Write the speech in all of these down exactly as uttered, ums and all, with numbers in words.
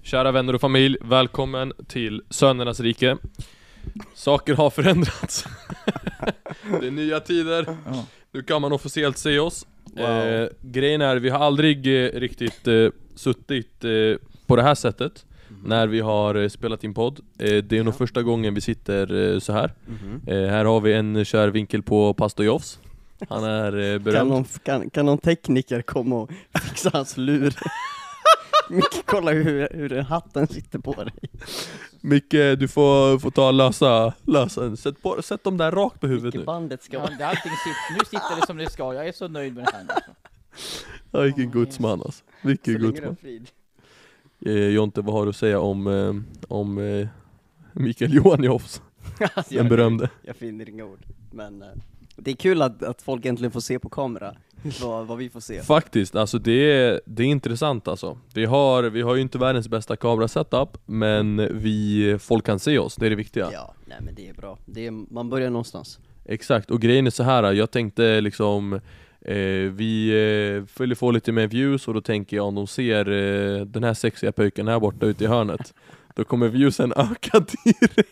Kära vänner och familj, välkommen till Sönernas rike. Saker har förändrats. Det är nya tider. Ja. Nu kan man officiellt se oss. Wow. eh, Grejen är, vi har aldrig eh, riktigt eh, suttit eh, på det här sättet mm. när vi har eh, spelat in podd. eh, Det är ja. nog första gången vi sitter eh, så här mm. eh, Här har vi en kär vinkel på Pastor Joffs. Han är eh, berömd. Kan någon, kan, kan någon tekniker komma och fixa hans lur? Micke, kolla hur, hur hatten sitter på dig. Micke, du får, får ta och lösa, lösa. Sätt, på, sätt dem där rakt på huvudet nu. Bandet ska ja, det allting sitter, nu sitter det som det ska. Jag är så nöjd med det här nu. Ja, vilken oh, gudsman alltså. Vilken gudsman. eh, Jonte, vad har du att säga om, eh, om eh, Mikael Johan Joffs? Alltså, den berömde. Jag, jag finner inga ord. Men eh, det är kul att, att folk äntligen får se på kamera vad, vad vi får se. Faktiskt, alltså det är, det är intressant alltså. Vi har, vi har ju inte världens bästa kamerasetup, men vi, folk kan se oss, det är det viktiga. Ja, nej men det är bra. Det är, man börjar någonstans. Exakt, och grejen är så här. Jag tänkte liksom eh, vi eh, följer få lite mer views, och då tänker jag om de ser eh, den här sexiga pöjken här borta ute i hörnet, då kommer viewsen öka direkt.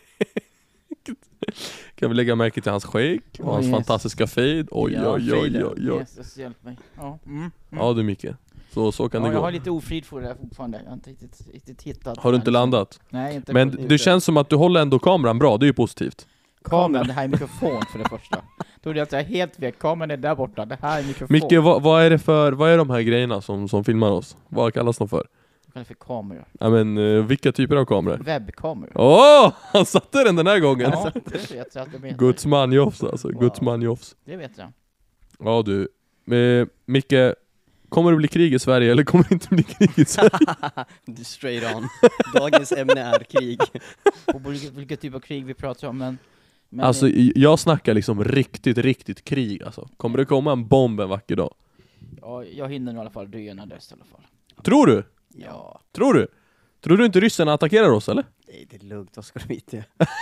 Kan vi lägga märke till hans skägg och oh, hans yes. fantastiska fade. Oj, ja, oj, oj, oj, oj. Jesus, hjälp mig. Ja, mm, mm. Ja du Micke. Så, så kan ja, det gå. Jag har lite ofrid för det här fortfarande. Jag har inte riktigt, riktigt hittat. Har du inte landat? Nej, inte. Men det känns som att du håller ändå kameran bra, det är ju positivt. Kameran, det här är mikrofon för det första. Då är det att jag är helt vek. Kameran är där borta, det här är mikrofon. Micke, vad, vad är det för, vad är de här grejerna som, som filmar oss? Vad kallas de för? Vad är det för kameror? Ja men, uh, vilka typer av kameror? Webbkameror. Åh, oh, han satte den den här gången. Ja, det vet jag att jag menar. Gudsman Joffs alltså, wow. Gudsman Joffs. Det vet jag. Ja du, uh, Micke, kommer det bli krig i Sverige eller kommer det inte bli krig i Sverige? Straight on. Dagens ämne är krig. Och vilket, vilket typ av krig vi pratar om, men... men alltså jag snackar liksom riktigt, riktigt krig alltså. Kommer det komma en bomb en vacker dag? Ja, jag hinner i alla fall dö innan dess i alla fall. Tror du? Ja. Tror du? Tror du inte ryssarna attackerar oss, eller? Nej, det är lugnt, vad ska du veta?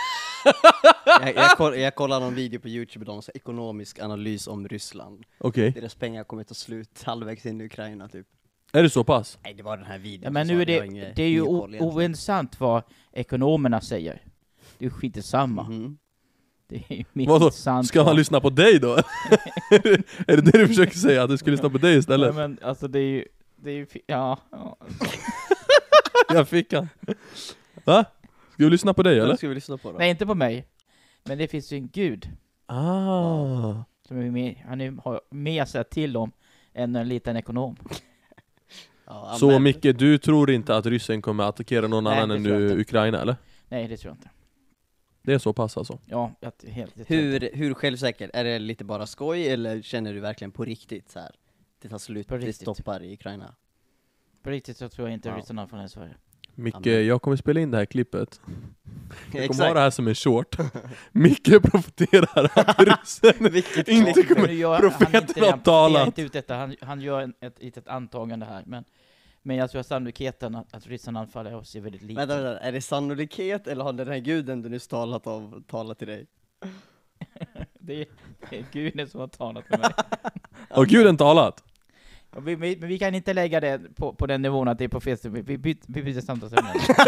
jag, jag, koll, jag kollar någon video på YouTube om ekonomisk analys om Ryssland. Okej. Okay. Deras pengar kommer ta slut halvvägs in i Ukraina, typ. Är det så pass? Nej, det var den här videon. Ja, men nu är det, inga, det är ju ointressant vad ekonomerna säger. Det är ju skit samma. Mm-hmm. Det är ju Vadå? Ska man lyssna på dig då? Är det det du försöker säga? Att du ska lyssna på dig istället? Ja, men alltså det är ju... Det är ju ja. ja. Jag fick han. Va? Ska vi lyssna på dig, eller? Ska vi lyssna på då? Nej, inte på mig. Men det finns ju en gud. Ah. Som är med, han är, har mer att säga till om än en liten ekonom. Ja, så Micke, du tror inte att ryssen kommer att attackera någon Nej, annan än nu Ukraina, eller? Nej, det tror jag inte. Det är så pass alltså? Ja, jag, helt. Hur, hur självsäker? Är det lite bara skoj eller känner du verkligen på riktigt så här? Det tar slut, det stoppar i Ukraina. På riktigt så tror jag inte wow. ryssarna från Sverige. Micke, Amen. Jag kommer spela in det här klippet. Jag kommer ha det här som en short. Micke profiterar att ryssen inte kommer gör, profeten har talat. Han, han gör en, ett, ett, ett antagande här. Men, men jag tror att sannolikheten att, att ryssarna anfaller oss är väldigt liten. Vänta, vänta, är det sannolikhet eller har den här guden du nyss talat av talat till dig? det, är, det är guden som har talat med mig. Och guden talat? Vi, vi, men vi kan inte lägga det på, på den nivån att det är på Facebook. Vi, vi, vi byter samtalsämne.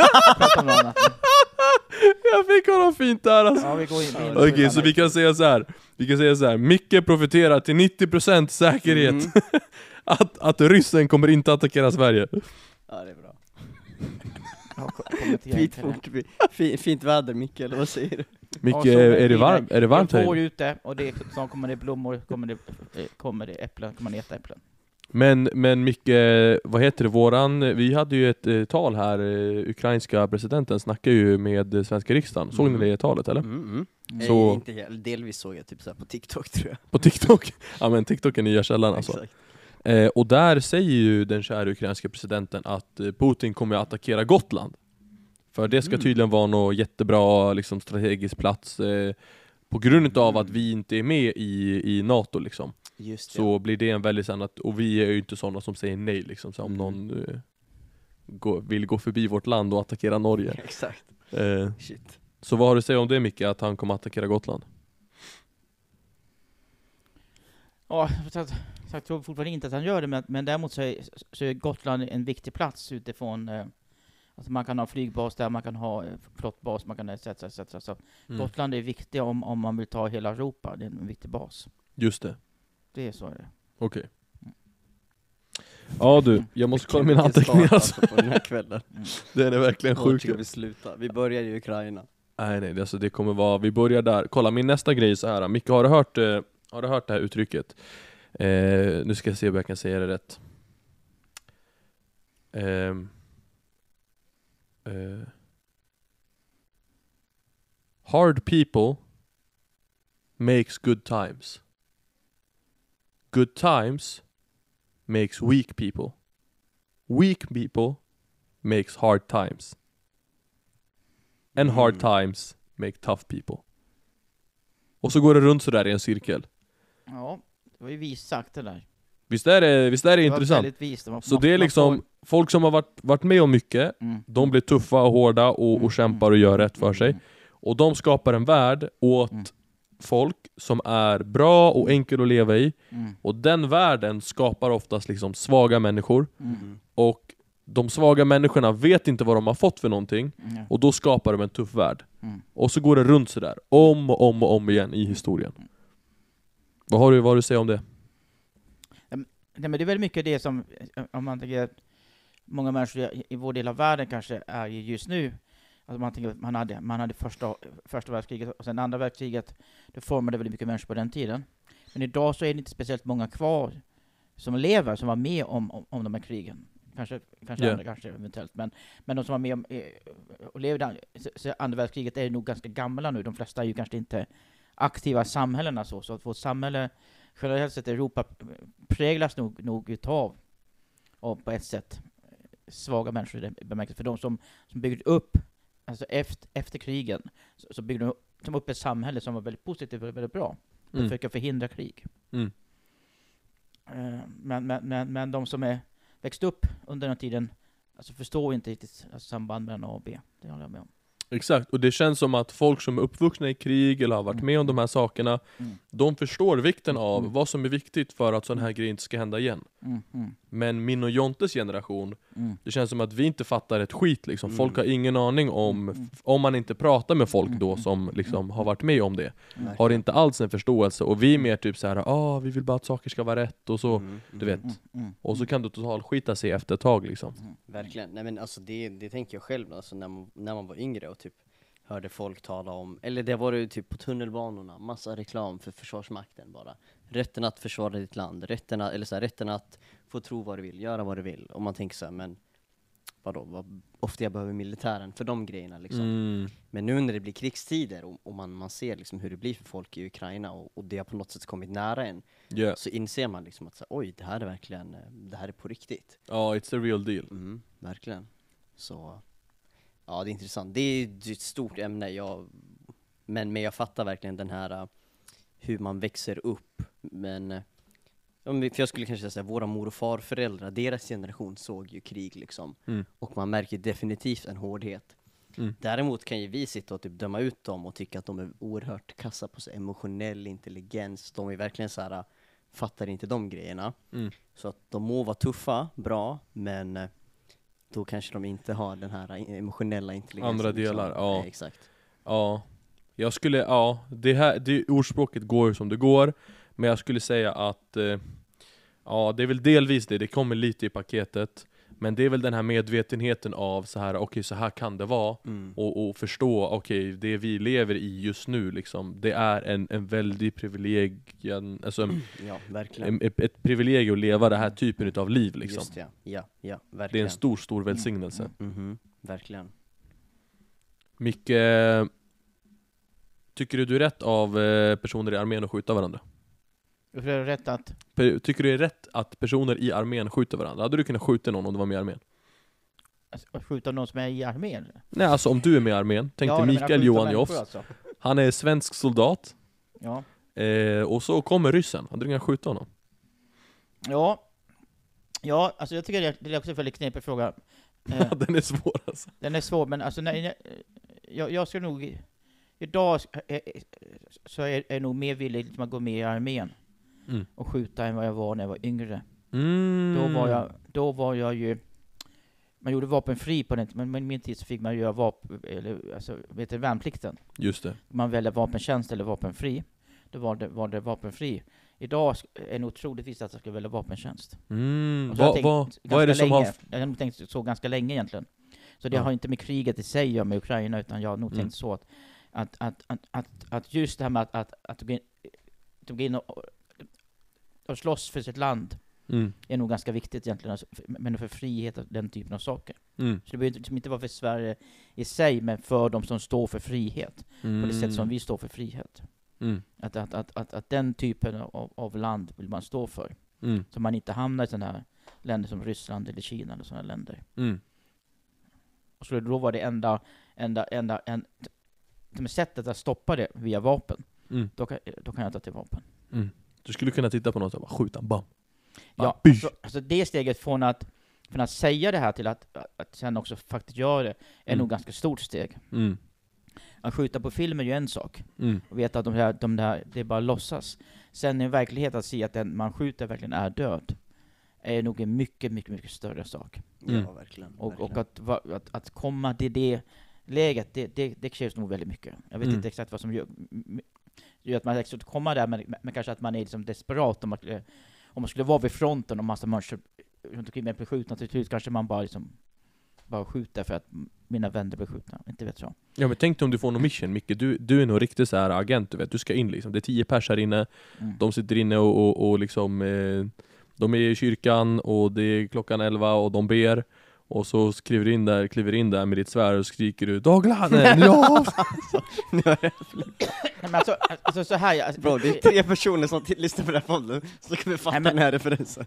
Jag fick honom fint där alltså. Ja, vi går in, in Okej, okay, så vi kan säga så här. Vi kan säga så här. Micke profiterar till nittio procent säkerhet mm. att, att ryssen kommer inte attackera Sverige. Ja, det är bra. Ja, fint, fort, fint, fint väder, Micke, eller vad säger du? Micke, ja, är, är, det varm, är det varmt här? Jag får ute och det, så kommer det blommor, kommer det, kommer det äpplen, kommer man äta äpplen. Men, men Micke, vad heter det, våran, vi hade ju ett eh, tal här, eh, ukrainska presidenten snackade ju med eh, svenska riksdagen. Såg mm. ni det talet, eller? Mm, mm. Så... Eh, inte helt, delvis såg jag typ så här på TikTok, tror jag. På TikTok? Ja, men TikTok är nya källan alltså. Eh, och där säger ju den kära ukrainska presidenten att eh, Putin kommer att attackera Gotland. För det ska mm. tydligen vara någon jättebra liksom, strategisk plats eh, på grund av mm. att vi inte är med i, i NATO liksom. Just det. Så blir det en väldigt annat, och vi är ju inte sådana som säger nej liksom, så om mm. någon eh, gå, vill gå förbi vårt land och attackera Norge. Exakt. Eh, Shit. Så vad har du att säga om det, Micke, att han kommer att attackera Gotland? Ja, jag tror fortfarande inte att han gör det, men, men däremot så är, så är Gotland en viktig plats utifrån eh, Alltså man kan ha flygbas där, man kan ha flottbas, man kan et cetera et cetera. Så mm. Gotland är viktigt om, om man vill ta hela Europa. Det är en viktig bas. Just det. Det är så är det. Okej. Okay. Ja du, jag måste kolla mina anteckningar alltså. På den här kvällen. Mm. Den är verkligen sjuk. Ska vi sluta? Vi börjar i Ukraina. Nej nej, alltså det kommer vara, vi börjar där. Kolla, min nästa grej är så här. Micke, har du hört, eh, har du hört det här uttrycket? Eh, nu ska jag se om jag kan säga det rätt. Eh, eh, hard people makes good times. Good times makes weak people. Weak people makes hard times. And hard mm. times make tough people. Och så går det runt så där i en cirkel. Ja, det var ju vist sagt det där. Visst är det, visst är det, det intressant? Vist. Man, så det är liksom får... folk som har varit, varit med om mycket, mm. de blir tuffa och hårda och, och mm. kämpar och gör rätt för sig. Mm. Och de skapar en värld åt mm. folk som är bra och enkel att leva i. Mm. Och den världen skapar oftast liksom svaga människor. Mm. Och de svaga människorna vet inte vad de har fått för någonting. Mm. Och då skapar de en tuff värld. Mm. Och så går det runt så där om och om och om igen i historien. Mm. Vad har du, vad har du att säga om det? Nej, men det är väldigt mycket det som, om man tänker, många människor i vår del av världen kanske är just nu. Alltså man tänker, man hade, man hade första, första världskriget och sen andra världskriget. Det formade väldigt mycket människor på den tiden. Men idag så är det inte speciellt många kvar som lever, som var med om, om, om de här krigen. Kanske, kanske yeah. andra, kanske eventuellt. Men, men de som var med om, och levde så, så andra världskriget är nog ganska gamla nu. De flesta är ju kanske inte aktiva i samhällena så. Så att vårt samhälle, generellt sett Europa, präglas nog, nog utav, och på ett sätt, svaga människor i bemärkelse. För de som, som byggde upp, alltså efter, efter krigen, så, så byggde de som upp ett samhälle som var väldigt positivt och väldigt bra. De mm. försöker förhindra krig. Mm. Uh, men, men, men, men de som är växt upp under den tiden, alltså förstår inte riktigt alltså, samband mellan A och B. Det håller jag med om. Exakt, och det känns som att folk som är uppvuxna i krig eller har varit mm. med om de här sakerna, mm. de förstår vikten av mm. vad som är viktigt för att sån här grej inte ska hända igen. Mm. Mm. Men min och Jontes generation, mm. det känns som att vi inte fattar ett skit liksom. Mm. Folk har ingen aning om, mm. om man inte pratar med folk då som liksom har varit med om det, mm. har inte alls en förståelse. Och vi är mer typ så här, ah, vi vill bara att saker ska vara rätt och så, mm. du vet. Mm. Och så kan du totalt skita sig efter ett tag liksom. Mm. Verkligen, nej men alltså det, det tänker jag själv alltså, när, man, när man var yngre och typ hörde folk tala om, eller det var ju typ på tunnelbanorna, massa reklam för försvarsmakten bara. Rätten att försvara ditt land, rätten att, eller så här, rätten att få tro vad du vill, göra vad du vill. Och man tänker så här, men vadå, vad, ofta jag behöver militären för de grejerna liksom. Mm. Men nu när det blir krigstider och, och man, man ser liksom hur det blir för folk i Ukraina och, och det har på något sätt kommit nära en, yeah. så inser man liksom att så här, oj, det här är verkligen, det här är på riktigt. Ja, oh, it's a real deal. Mm, verkligen. Så ja, det är intressant. Det är ett stort ämne, jag, men, men jag fattar verkligen den här uh, hur man växer upp. Men uh, för jag skulle kanske säga våra mor- och farföräldrar, deras generation såg ju krig liksom. Mm. Och man märker definitivt en hårdhet. Mm. Däremot kan ju vi sitta och typ döma ut dem och tycka att de är oerhört kassa på sig emotionell intelligens. De är verkligen så här, uh, fattar inte de grejerna. Mm. Så att de må vara tuffa, bra, men uh, då kanske de inte har den här emotionella intelligensen. Andra delar, liksom. ja. Nej, exakt. Ja, jag skulle, ja, det här, det ordspråket går som det går. Men jag skulle säga att, eh, ja, det är väl delvis det, det kommer lite i paketet. Men det är väl den här medvetenheten av så här, okej, okay, så här kan det vara. Mm. Och, och förstå, okej, okay, det vi lever i just nu, liksom, det är en, en väldigt privilegium, alltså en, ja, verkligen. Ett, ett privilegium att leva den här typen av liv, liksom. Just det, ja, ja, verkligen. Det är en stor, stor välsignelse. Mm. Mm. Mm-hmm. Verkligen. Micke, tycker du du är rätt av personer i armén att skjuta varandra? Tycker du, rätt att? Tycker du det är rätt att personer i armén skjuter varandra? Hade du kunnat skjuta någon om du var med i armén? Alltså, skjuta någon som är i armén? Nej, alltså om du är med i armén. Tänk dig ja, Mikael Johan Joffs. Alltså. Han är svensk soldat. Ja. Eh, och så kommer ryssen. Hade du kunnat skjuta honom? Ja. Ja, alltså jag tycker det är också en väldigt knepig fråga. Eh, den är svår alltså. Den är svår, men alltså nej, jag, jag ska nog... Idag så är jag nog mer villig att gå med i armén. Mm. Och skjuta än vad jag var när jag var yngre. Mm. Då var jag, då var jag ju, man gjorde vapenfri på den, men i min tid så fick man göra vapen, eller alltså, vet du, värnplikten. Just det. Man väljer vapentjänst eller vapenfri. Då var det, var det vapenfri. Idag är det otroligt visst att jag ska välja vapentjänst. Mm. Och så har jag Vad tänkt vad vad är det som länge, har... Jag har nog tänkt så ganska länge egentligen. Så det Ja. har inte med kriget i sig att göra med Ukraina, utan jag har nog Mm. tänkt så att, att, att, att, att, att just det här med att, att, att gå in, att gå in och, och slåss för sitt land Mm. är nog ganska viktigt egentligen, alltså, för, men för frihet och den typen av saker. Mm. Så det behöver inte, inte vara för Sverige i sig, men för de som står för frihet. Mm. På det sätt som vi står för frihet. Mm. Att, att, att, att, att den typen av, av land vill man stå för. Mm. Så man inte hamnar i sådana här länder som Ryssland eller Kina eller sådana länder. Mm. Och så då var det enda, enda, enda, en, som sättet att stoppa det via vapen. Mm. Då kan, då kan jag ta till vapen. Mm. Du skulle kunna titta på något och bara skjuta, bam. Ja, by. alltså, alltså det steget från att, från att säga det här till att, att sen också faktiskt göra det är Mm. nog ganska stort steg. Mm. Att skjuta på film är ju en sak. Mm. Och veta att de här, de där, det är bara låtsas. Sen i verklighet att se att den man skjuter verkligen är död är nog en mycket, mycket, mycket större sak. Mm. Ja, verkligen. Och, verkligen. och att, va- att, att komma till det läget, det, det, det krävs nog väldigt mycket. Jag vet Mm. inte exakt vad som gör, m- gör att man liksom kommer där, men, men kanske att man är liksom desperat om man, skulle- om man skulle vara vid fronten och massa människor runt omkring mig blir skjutna till slut, kanske man bara liksom bara skjuter för att mina vänner blir skjutna, inte vet jag. Ja, men tänk dig om du får någon mission, Micke. Du, du är nog riktigt så här agent, du vet. Du ska in liksom. Det är tio pers här inne. Mm. De sitter inne och, och, och liksom... Eh, de är i kyrkan och det är klockan elva och de ber. Och så skriver in där, kliver in där med ditt svärd och skriker du Daglanen, ja! Nej, men alltså, alltså så här, alltså, Bro, det är tre personer som t- lyssnar på den här podden, så kan vi fatta Nej, men- den här referensen.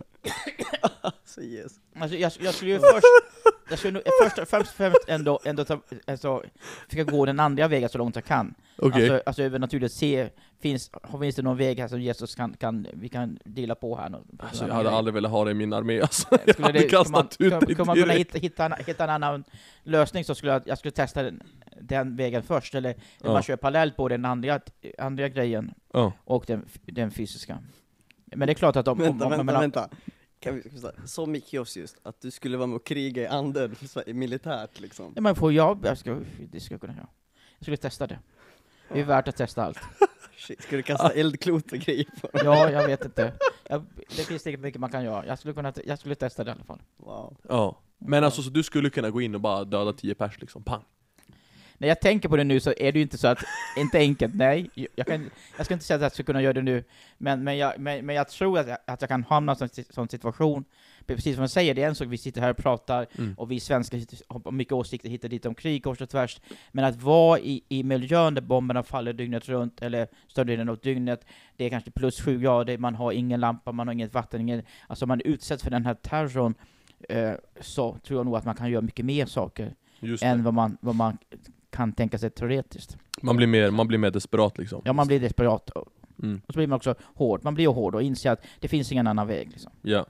Så yes. Alltså jag, jag skulle ju först, jag skulle nog, först, först och främst ändå, ändå ta, alltså, försöka gå den andra vägen så långt jag kan. Okej. Alltså, alltså övernaturligt se, finns, har- finns det någon väg här som Jesus kan, kan vi kan dela på här? Någon, Alltså, jag hade aldrig velat ha det i min armé alltså. Skulle Jag hade det, kan man, kastat ut kan, det kan man kunna direkt. hitta, hitta, en, hitta en annan lösning, så skulle jag, jag skulle testa den, den vägen först, eller Ja. man kör parallellt på den andra, andra grejen Ja. och den, den fysiska. Men det är klart att om... Vänta, om, om, vänta, om, vänta. Kan vi, ska vi säga, så Micke just, att du skulle vara med och kriga i anden, så här, militärt liksom. Ja, men får jag, jag ska, det ska jag kunna göra. Jag skulle testa det. Det är värt att testa allt. Shit, ska du kasta eldklot och grejer på dem? Ja, jag vet inte. Jag, det finns inte mycket man kan göra. Jag skulle, kunna, jag skulle testa det i alla fall. Wow. Ja. Men alltså så du skulle kunna gå in och bara döda tio pers liksom, pang. När jag tänker på det nu så är det ju inte så att, inte enkelt, nej. Jag, kan, jag ska inte säga att jag ska kunna göra det nu, men, men, jag, men, men jag tror att jag, att jag kan hamna i en sån- sån situation. Precis som jag säger, det är en sak, vi sitter här och pratar, Mm. och vi svenskar sitter- har mycket åsikter hit och dit om krig, kors och tvärs. Men att vara i, i miljön där bomberna faller dygnet runt, eller större delen av dygnet, det är kanske plus sju grader, man har ingen lampa, man har inget vatten, ingen, alltså man utsätts för den här terrorn, eh, så tror jag nog att man kan göra mycket mer saker Just än det. vad man, vad man kan tänka sig teoretiskt. Man blir mer, man blir mer desperat liksom. Ja, man blir desperat. Och Mm. så blir man också hård. Man blir ju hård och inser att det finns ingen annan väg. Liksom. Ja.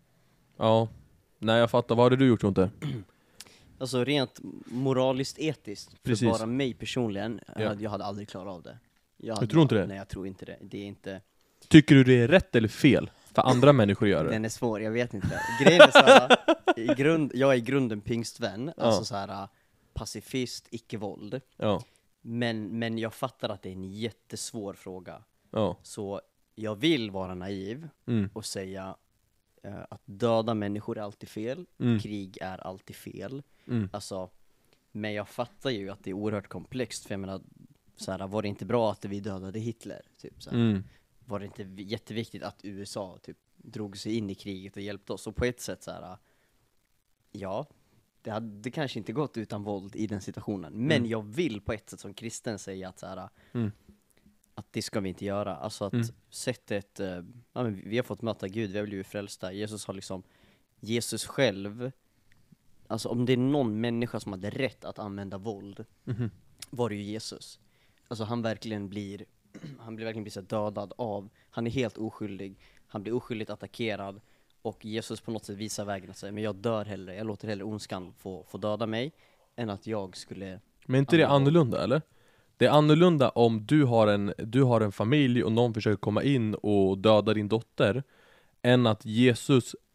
Ja. Nej, jag fattar. Vad hade du gjort, Jonte? Alltså rent moraliskt etiskt, för Precis. bara mig personligen, Ja. jag hade- jag hade aldrig klarat av det. Jag Du hade, tror inte det? Nej, jag tror inte det. Det är inte, Tycker du det är rätt eller fel för andra människor att göra det? den är svår, jag vet inte. Grejen är såhär, i grund, jag är i grunden pingstvän, Ja. alltså såhär pacifist, icke-våld. Ja. Men, men jag fattar att det är en jättesvår fråga. Ja. Så jag vill vara naiv Mm. och säga eh, att döda människor är alltid fel, Mm. krig är alltid fel. Mm. Alltså, men jag fattar ju att det är oerhört komplext, för jag menar, så här, var det inte bra att vi dödade Hitler? Typ, så här. Mm. Var det inte vi- jätteviktigt att U S A typ, drog sig in i kriget och hjälpte oss? Och på ett sätt så här, ja, det hade det kanske inte gått utan våld i den situationen. Men Mm. jag vill på ett sätt som kristen säga att så här, Mm. att det ska vi inte göra. Alltså att Mm. sättet, eh, ja, men vi har fått möta Gud, vi har blivit frälsta. Jesus har liksom, Jesus själv, alltså om det är någon människa som hade rätt att använda våld, Mhm. var det ju Jesus. Alltså han verkligen blir, han blir verkligen blir så dödad av, han är helt oskyldig, han blir oskyldigt attackerad, och Jesus på något sätt visar vägen och säger, men jag dör hellre, jag låter hellre ondskan få, få döda mig, än att jag skulle. Men är inte det Ja. annorlunda, eller? Det är annorlunda om du har, en, du har en familj och någon försöker komma in och döda din dotter, än att Jesus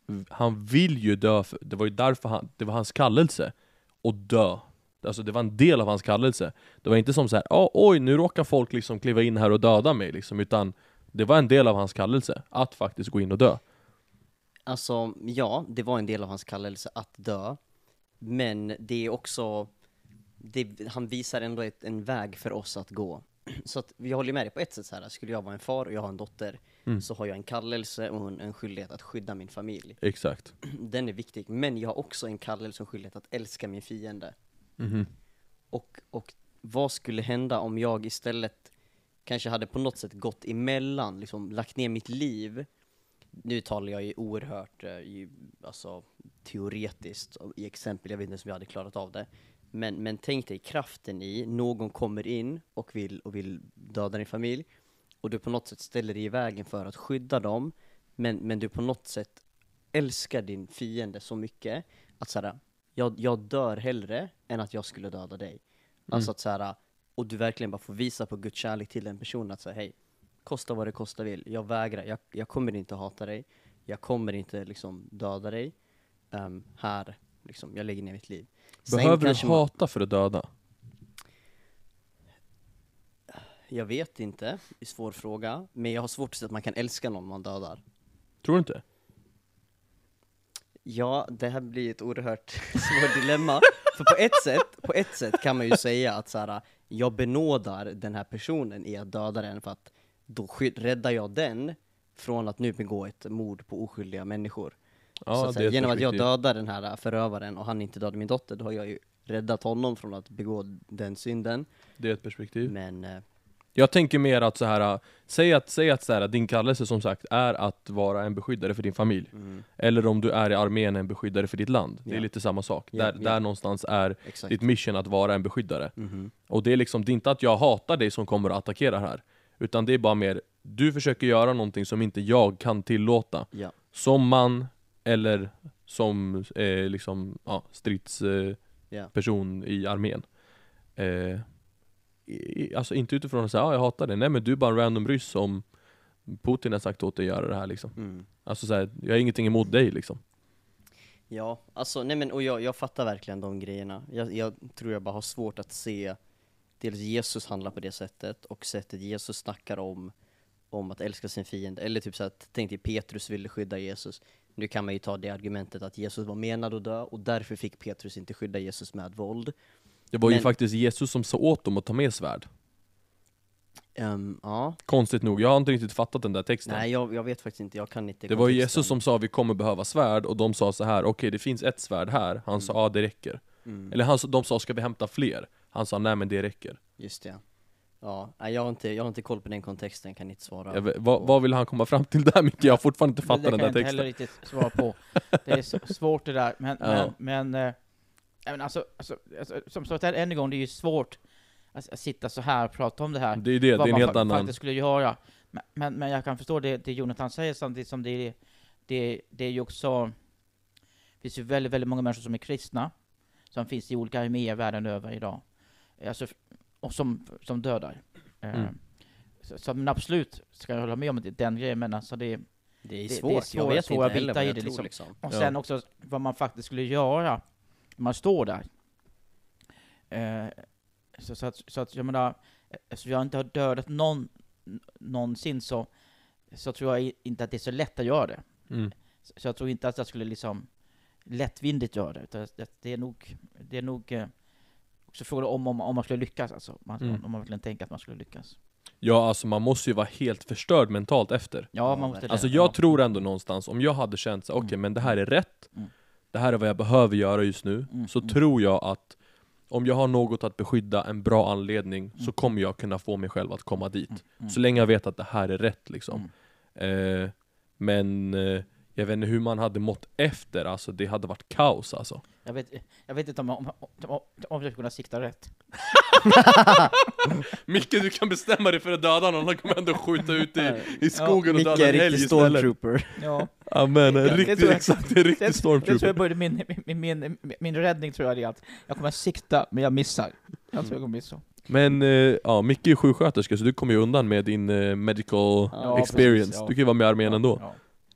han vill ju dö, för, det var ju därför han, det var hans kallelse att dö. Alltså det var en del av hans kallelse. Det var inte som så här, oh, oj nu råkar folk liksom kliva in här och döda mig liksom, utan det var en del av hans kallelse att faktiskt gå in och dö. Alltså, ja, det var en del av hans kallelse att dö. Men det är också, det, han visar ändå ett, en väg för oss att gå. Så att vi håller med dig på ett sätt så här. Skulle jag vara en far och jag har en dotter, mm. så har jag en kallelse och en, en skyldighet att skydda min familj. Exakt. Den är viktig. Men jag har också en kallelse och skyldighet att älska min fiende. Mm-hmm. Och, och vad skulle hända om jag istället kanske hade på något sätt gått emellan, liksom lagt ner mitt liv. Nu talar jag ju oerhört ju, alltså, teoretiskt i exempel, jag vet inte om jag hade klarat av det. Men, men tänk dig kraften i, någon kommer in och vill, och vill döda din familj. Och du på något sätt ställer dig i vägen för att skydda dem. Men, men du på något sätt älskar din fiende så mycket att såhär, jag, jag dör hellre än att jag skulle döda dig. Mm. Alltså att såhär, och du verkligen bara får visa på Guds kärlek till den personen att säga, hej, kosta vad det kosta vill. Jag vägrar, jag, jag kommer inte hata dig. Jag kommer inte liksom döda dig. Um, här, liksom, jag lägger ner mitt liv. Behöver du hata man... för att döda? Jag vet inte, det är svår fråga. Men jag har svårt att se att man kan älska någon man dödar. Tror du inte? Ja, det här blir ett oerhört svårt dilemma. För på ett sätt, på ett sätt kan man ju säga att så här, jag benådar den här personen i att döda den, för att då skydd, räddar jag den från att nu begå ett mord på oskyldiga människor. Ja, så att säga, att genom att jag dödar den här förövaren och han inte dödar min dotter, då har jag ju räddat honom från att begå den synden. Det är ett perspektiv. Men eh, jag tänker mer att så här, säg att, säg att så här, din kallelse som sagt är att vara en beskyddare för din familj. Mm. Eller om du är i armén en beskyddare för ditt land. Det är ja. lite samma sak. Ja, där, ja. där någonstans är Exakt. ditt mission att vara en beskyddare. Mm-hmm. Och det är liksom, det är inte att jag hatar dig som kommer att attackera här. Utan det är bara mer, du försöker göra någonting som inte jag kan tillåta. Ja. Som man eller som eh, liksom, ja, stridsperson eh, yeah. i armén. Eh, i, alltså inte utifrån att säga, ja, jag hatar det. Nej, men du är bara en random ryss som Putin har sagt åt dig att göra det här liksom. Mm. Alltså så här, jag har ingenting emot dig liksom. Ja, alltså nej men och jag, jag fattar verkligen de grejerna. Jag, jag tror jag bara har svårt att se dels Jesus handla på det sättet och sättet Jesus snackar om om att älska sin fiende. Eller typ så att, tänk dig Petrus ville skydda Jesus. Nu kan man ju ta det argumentet att Jesus var menad att dö och därför fick Petrus inte skydda Jesus med våld. Det var men, ju faktiskt Jesus som sa åt dem att ta med svärd. Um, ja. Konstigt nog, jag har inte riktigt fattat den där texten. Nej, jag, jag vet faktiskt inte, jag kan inte. Det var ju Jesus som sa vi kommer behöva svärd och de sa så här, okej okay, det finns ett svärd här. Han mm. sa ja det räcker. Mm. Eller han, de sa ska vi hämta fler? Han sa nej men det räcker. Just det. Ja, jag har inte, jag har inte koll på den kontexten, kan inte svara. Vet, vad, vad vill han komma fram till där mycket? Jag har fortfarande inte fattat den där texten. Det kan jag inte heller riktigt svara på. Det är så svårt det där. Men, ja. men, men, äh, alltså, alltså, alltså, som sagt än en gång, det är ju svårt att, att sitta så här och prata om det här. Det är det, vad det är en helt man annan. faktiskt skulle göra. Men, men, men jag kan förstå det, det Jonathan säger, samtidigt som det, det, det är ju också, det finns ju väldigt, väldigt många människor som är kristna, som finns i olika arméer världen över idag. Alltså, och som, som dödar. Mm. Så, så men absolut ska jag hålla med om den grejen, men alltså det, det är svårt. Det är svår, jag vet inte heller vad jag tror, liksom. Liksom. Och sen ja. också vad man faktiskt skulle göra när man står där. Eh, så, så, att, så att jag menar, eftersom jag inte har dödat någon någonsin, så, så tror jag inte att det är så lätt att göra det. Mm. Så, så jag tror inte att jag skulle liksom lättvindigt göra det. Utan det, det är nog, det är nog eh, också frågan om, om, om man skulle lyckas, alltså. Man, mm. om man verkligen tänker att man skulle lyckas. Ja, alltså man måste ju vara helt förstörd mentalt efter. Ja, man måste alltså det. jag ja. tror ändå någonstans, om jag hade känt så okej, okay, mm. men det här är rätt. Mm. Det här är vad jag behöver göra just nu. Mm. Så mm. tror jag att om jag har något att beskydda, en bra anledning, mm. så kommer jag kunna få mig själv att komma dit. Mm. Mm. Så länge jag vet att det här är rätt liksom. Mm. Eh, men eh, jag vet inte hur man hade mått efter, alltså det hade varit kaos alltså. Jag vet, jag vet inte om, om, om, om jag kunna sikta rätt. Micke, du kan bestämma dig för att döda någon, han kommer ändå skjuta ut i, i skogen ja, och döda en helg istället. Stormtrooper. Ja. Amen, en riktigt jag, exakt, en riktig det, stormtrooper. Det tror jag började min, min, min, min, min räddning tror jag är att jag kommer sikta, men jag missar. Jag tror jag kommer missa. Men eh, ja, Micke är sjuksköterska, så du kommer ju undan med din eh, medical ja, experience. Precis, ja. Du kan ju vara med i armén ändå. Ja.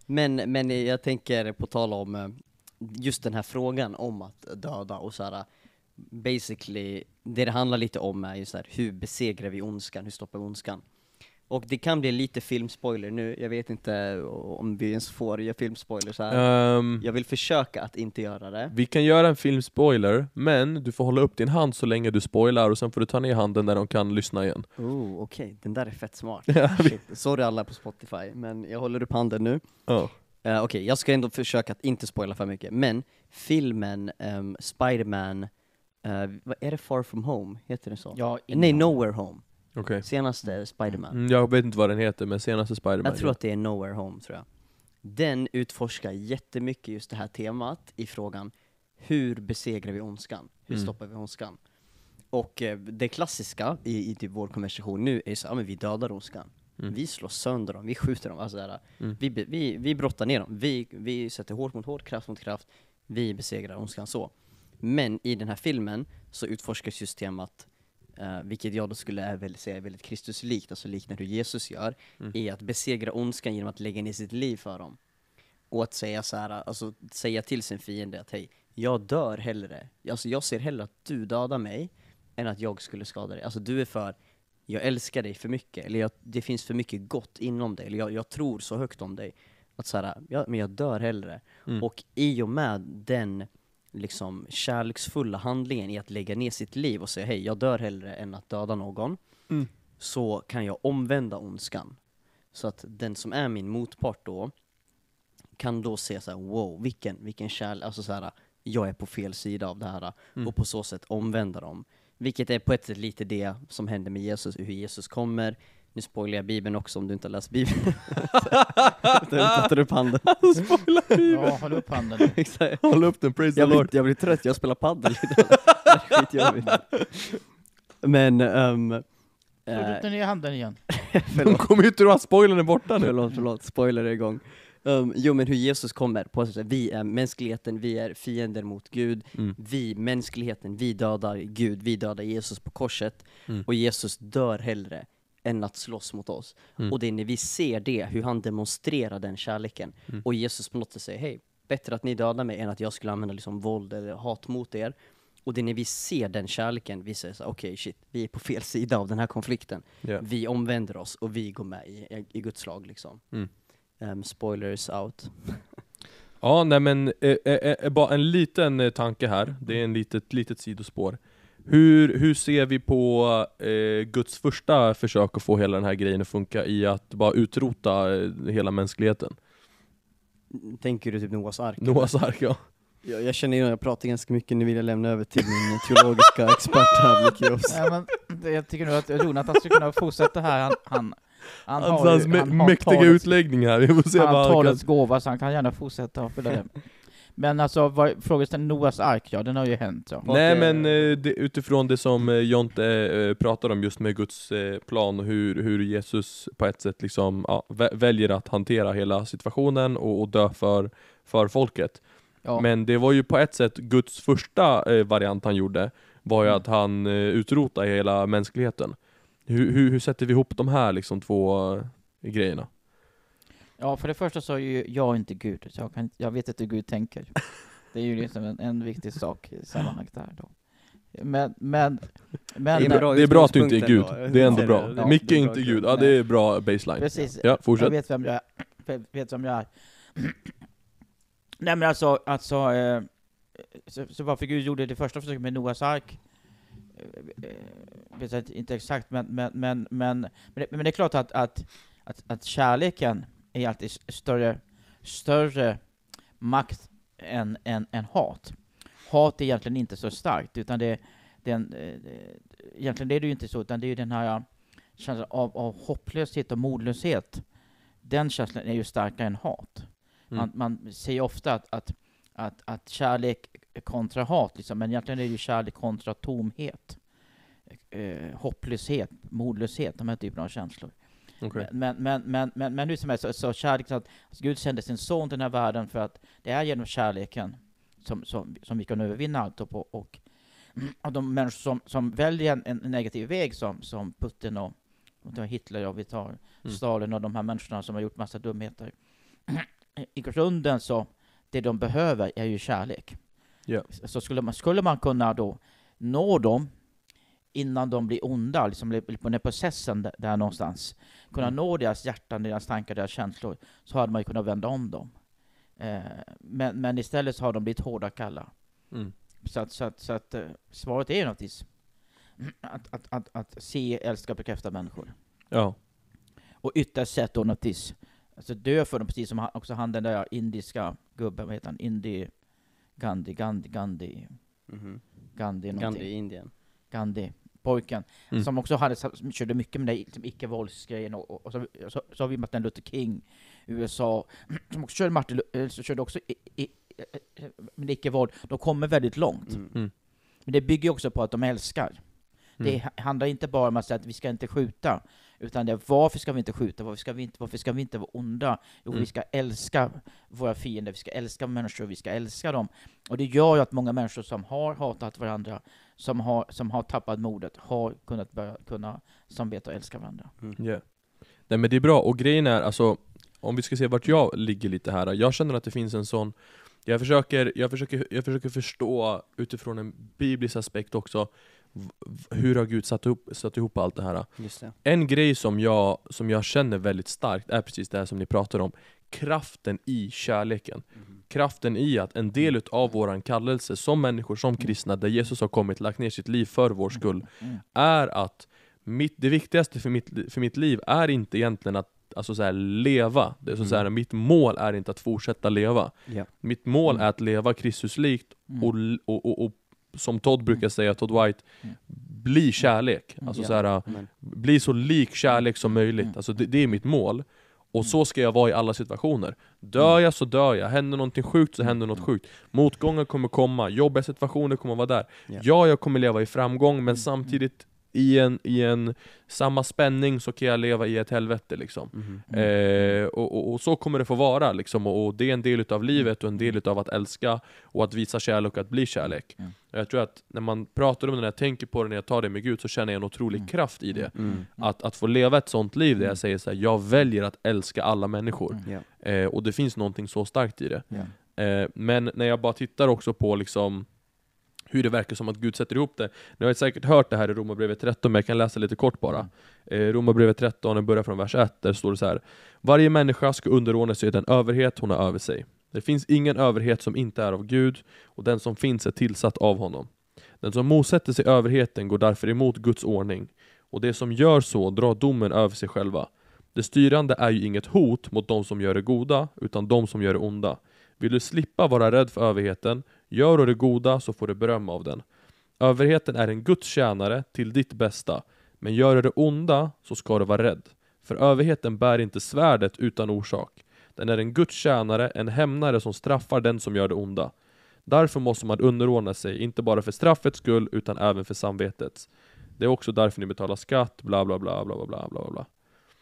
Men, men jag tänker på tal om eh, just den här frågan om att döda och så här. Basically, det det handlar lite om är ju så här, hur besegrar vi ondskan, hur stoppar vi ondskan? Och det kan bli lite filmspoiler nu, jag vet inte om vi ens får göra filmspoiler så här. Um, Jag vill försöka att inte göra det. vi kan göra en filmspoiler, men du får hålla upp din hand så länge du spoilar och sen får du ta ner handen när de kan lyssna igen. Oh, okej, okay. Den där är fett smart. Ja, vi- Shit. Sorry alla på Spotify, men jag håller upp handen nu. Ja. Uh, okej, okay, jag ska ändå försöka att inte spoila för mycket, men filmen um, Spider-Man, uh, vad är det, Far From Home? Heter det så? Ja, Nej, Nowhere Home. Okej. Senaste Spider-Man. Mm, jag vet inte vad den heter, men senaste Spider-Man. Jag tror ja. att det är Nowhere Home, tror jag. Den utforskar jättemycket just det här temat i frågan hur besegrar vi ondskan? Hur Mm. stoppar vi ondskan? Och eh, det klassiska i, i typ vår konversation nu är så, ja men vi dödar ondskan. Mm. Vi slår sönder dem, vi skjuter dem, alltså där, Mm. vi, be- vi, vi brottar ner dem, vi, vi sätter hårt mot hårt, kraft mot kraft, vi besegrar ondskan så. Men i den här filmen så utforskas just temat, uh, vilket jag då skulle är väl säga är väldigt Kristuslikt, alltså liknar hur Jesus gör, Mm. är att besegra ondskan genom att lägga ner sitt liv för dem. Och att säga så här, alltså säga till sin fiende att hej, jag dör hellre, alltså jag ser hellre att du dödar mig än att jag skulle skada dig. Alltså du är för, jag älskar dig för mycket, eller jag, det finns för mycket gott inom dig, eller jag, jag tror så högt om dig att så här, ja, men jag dör hellre. Mm. Och i och med den liksom kärleksfulla handlingen i att lägga ner sitt liv och säga hej, jag dör hellre än att döda någon, Mm. så kan jag omvända ondskan. Så att den som är min motpart då kan då se så här, wow, vilken, vilken kärlek, alltså så här, jag är på fel sida av det här, Mm. och på så sätt omvända dem. Vilket är på ett sätt lite det som händer med Jesus, hur Jesus kommer. Nu spoilar jag Bibeln också om du inte har läst Bibeln. Du tar upp handen. Spoila Bibeln! Ja, håll upp handen nu. Exakt. Håll upp den, praise the Jag Lord. blir, jag blir trött, jag spelar paddel. Det är skitjobbigt. Men, um, Håll upp den i handen igen. De kommer ju inte att ha spoilern är borta nu. Förlåt, förlåt, spoiler är igång. Um, jo men hur Jesus kommer, på så sätt, vi är mänskligheten, vi är fiender mot Gud, Mm. vi, mänskligheten, vi dödar Gud, vi dödar Jesus på korset, Mm. och Jesus dör hellre än att slåss mot oss. Mm. Och det är när vi ser det, hur han demonstrerar den kärleken, Mm. och Jesus på något sätt säger, hej, bättre att ni dödar mig än att jag skulle använda liksom våld eller hat mot er. Och det är när vi ser den kärleken, vi säger så okej okay, shit, vi är på fel sida av den här konflikten. Ja. Vi omvänder oss och vi går med i, i Guds lag liksom. Mm. Um, spoilers out. Ja, nej men eh, eh, eh, bara en liten eh, tanke här. Det är en litet, litet sidospår. Hur, hur ser vi på eh, Guds första försök att få hela den här grejen att funka i att bara utrota eh, hela mänskligheten? Tänker du typ Noahs ark? Noahs ark, ja. Jag, jag känner ju att jag pratar ganska mycket, nu vill jag lämna över till min teologiska expert här, Mikios. Ja, men det- jag tycker nog att Jonathan skulle kunna fortsätta här. Han, han, han Hans, har hans ju, mä- han har mäktiga talets, utläggning här. Vi får se han vad har han kan... talets gåva, så han kan gärna fortsätta och fylla det. Men alltså, vad, frågeställningen Noahs ark, ja, den har ju hänt. Så. Nej Och, eh, men eh, det, utifrån det som eh, Jonte eh, pratar om just med Guds eh, plan och hur, hur Jesus på ett sätt liksom, ja, vä- väljer att hantera hela situationen och, och dö för, för folket. Ja. Men det var ju på ett sätt Guds första eh, variant han gjorde, var ju Mm. att han eh, utrotade hela mänskligheten. Hur, hur, hur sätter vi ihop de här liksom två eh, grejerna? Ja, för det första så är ju jag inte Gud, så jag, kan, jag vet inte hur Gud tänker. Det är ju liksom en, en viktig sak i sammanhanget där då. Men, men, men Det är bra Det är bra att du inte är Gud, utgångspunkt ändå. det är ändå Ja, bra. det är- Micke det är är inte bra Gud, grund. ja det är bra baseline. precis, Ja, fortsätt. jag vet vem jag är. Jag vet vem jag är. Nej men alltså, alltså eh, så, så varför Gud gjorde det första försöket med Noahs ark, eh, eh, vet jag inte- inte exakt, men, men, men, men, men, det, men det är klart att, att, att, att kärleken är alltid s- större, större makt än, än, än hat. Hat är egentligen inte så starkt, utan det, den, eh, det, egentligen det är det ju inte så, utan det är ju den här känslan av, av hopplöshet och modlöshet. Den känslan är ju starkare än hat. Mm. Man, man säger ofta att, att, att, att kärlek kontra hat, liksom, men egentligen är det ju kärlek kontra tomhet. Eh, hopplöshet, modlöshet, de här typerna av känslor. Okej. Men, men, men, men, men nu som är så, så kärlek, så att alltså, Gud sände sin son till den här världen för att det är genom kärleken som, som, som vi kan övervinna allt. Och, och, och de människor som, som väljer en, en negativ väg som, som Putin och, och Hitler och vi tar Mm. Stalin och de här människorna som har gjort massa dumheter. i grunden så det de behöver är ju kärlek. Yeah. Så skulle man, skulle man kunna då nå dem innan de blir onda, liksom på den här processen där, där någonstans, kunna Mm. nå deras hjärtan, deras tankar, deras känslor, så hade man ju kunnat vända om dem. Eh, men, men istället så har de blivit hårda kalla. Mm. Så att, så att, så att eh, svaret är ju något att, att, att, att se, älska, bekräfta människor. Ja. Och ytterst sett då något alltså dö för dem, precis som han, också han den där indiska gubben, vad heter han? Indi, Gandhi, Gandhi, Gandhi, Mhm. Gandhi, Gandhi någonting. i Indien. Gandhi, pojken, Mm. som också hade, som körde mycket med det liksom, icke-våldsgrejen, och, och, och så, så, så har vi Martin Luther King, U S A, som också körde, Martin, så körde också i, i, i, med icke-våld. De kommer väldigt långt. Mm. Mm. Men det bygger också på att de älskar. Mm. Det ha- handlar inte bara om att säga att vi ska inte skjuta, utan det är varför ska vi inte skjuta, varför ska vi inte, varför ska vi inte vara onda? Jo, Mm. vi ska älska våra fiender, vi ska älska människor, vi ska älska dem. Och det gör ju att många människor som har hatat varandra, som har, som har tappat modet, har kunnat börja kunna samarbeta och älska varandra. Yeah. Nej men det är bra, och grejen är, alltså, om vi ska se vart jag ligger lite här, jag känner att det finns en sån, jag försöker, jag försöker, jag försöker förstå utifrån en biblisk aspekt också, v- v- hur har Gud satt ihop, satt ihop allt det här. Just det. En grej som jag, som jag känner väldigt starkt är precis det här som ni pratar om, kraften i kärleken. Mhm. Kraften i att en del av våran kallelse som människor, som kristna, där Jesus har kommit, lagt ner sitt liv för vår skull, Mm. är att mitt, det viktigaste för mitt, li- för mitt liv är inte egentligen att alltså så här, leva. Det är så, Mm. så här, mitt mål är inte att fortsätta leva. Ja. Mitt mål Mm. är att leva Kristuslikt Mm. och, och, och, och som Todd brukar säga, Todd White, Mm. bli kärlek. Mm. Alltså Ja. så här, Men, bli så lik kärlek som möjligt. Mm. Alltså det, det är mitt mål. Och Mm. så ska jag vara i alla situationer. Dör jag så dör jag, händer någonting sjukt så händer något Mm. sjukt. Motgångar kommer komma, jobbiga situationer kommer vara där. Ja. Ja, jag kommer leva i framgång, men Mm. samtidigt i en, i en samma spänning så kan jag leva i ett helvete liksom. mhm. Eh, och, och, och så kommer det få vara liksom. och, och det är en del utav livet och en del utav att älska och att visa kärlek och att bli kärlek. Mm. Och jag tror att när man pratar om det, när jag tänker på det, när jag tar det med Gud, så känner jag en otrolig Mm. kraft i det. Mm. Att, att få leva ett sånt liv där Mm. jag säger så här: jag väljer att älska alla människor. Mm. Ja. Eh, och det finns någonting så starkt i det. Ja. Eh, men när jag bara tittar också på liksom hur det verkar som att Gud sätter ihop det. Ni har säkert hört det här i Romarbrevet tretton, men jag kan läsa lite kort bara. Eh, Romarbrevet tretton, den börjar från vers ett, där står det så här: varje människa ska underordna sig den överhet hon har över sig. Det finns ingen överhet som inte är av Gud, och den som finns är tillsatt av honom. Den som motsätter sig överheten går därför emot Guds ordning, och det som gör så drar domen över sig själva. Det styrande är ju inget hot mot de som gör det goda, utan de som gör det onda. Vill du slippa vara rädd för överheten, gör du det goda så får du beröm av den. Överheten är en Guds tjänare till ditt bästa, men gör du det onda så ska du vara rädd. För överheten bär inte svärdet utan orsak. Den är en Guds tjänare, en hämnare som straffar den som gör det onda. Därför måste man underordna sig, inte bara för straffets skull utan även för samvetets. Det är också därför ni betalar skatt, bla bla bla bla bla bla bla bla.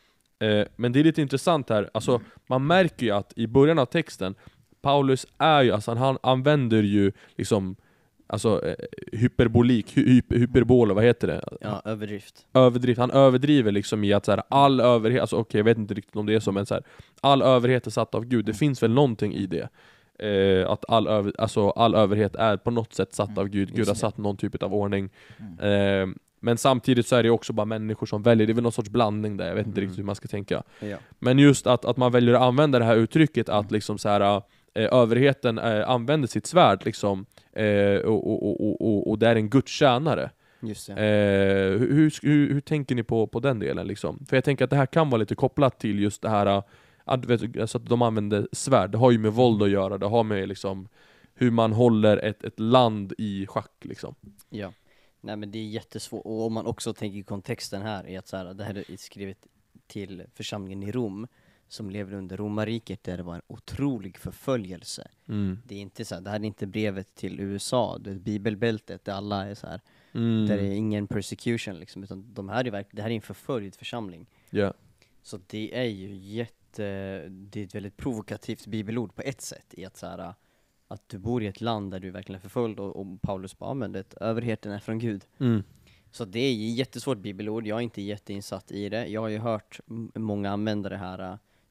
Eh, men det är lite intressant här, alltså man märker ju att i början av texten, Paulus är ju, alltså han använder ju liksom, alltså eh, hyperbolik, hy, hyper, hyperbol, vad heter det? Ja, överdrift. Överdrift, han överdriver liksom i att så här, all överhet, alltså okej, okay, jag vet inte riktigt om det är så, men så här, all överhet är satt av Gud, det finns väl någonting i det. Eh, att all, över, alltså, all överhet är på något sätt satt av Gud, Gud har satt någon typ av ordning. Eh, men samtidigt så är det också bara människor som väljer, det är väl någon sorts blandning där, jag vet inte Mm. riktigt hur man ska tänka. Ja. Men just att, att man väljer att använda det här uttrycket, att liksom så här, eh, överheten eh, använder sitt svärd liksom, eh, och, och, och, och, och det är en Guds tjänare. Just det. Eh, hur, hur, hur tänker ni på, på den delen liksom? För jag tänker att det här kan vara lite kopplat till just det här att, vet, alltså att de använder svärd, det har ju med våld att göra, det har med liksom hur man håller ett, ett land i schack liksom. Ja. Nej, men det är jättesvårt, och om man också tänker kontexten här är att så här, det här är skrivet till församlingen i Rom som lever under romarriket, där det var en otrolig förföljelse. Mm. Det är inte så här, det här är inte brevet till U S A, det är bibelbältet där alla är så här, Mm. där det är ingen persecution liksom, utan de här är verk- det här är en förföljd församling. Yeah. Så det är ju jätte, det är ett väldigt provokativt bibelord på ett sätt, i att så här, att du bor i ett land där du verkligen är förföljd, och, och Paulus bara, men det, överheten är från Gud. Mm. Så det är ju jättesvårt bibelord, jag är inte jätteinsatt i det. Jag har ju hört m- många använda det här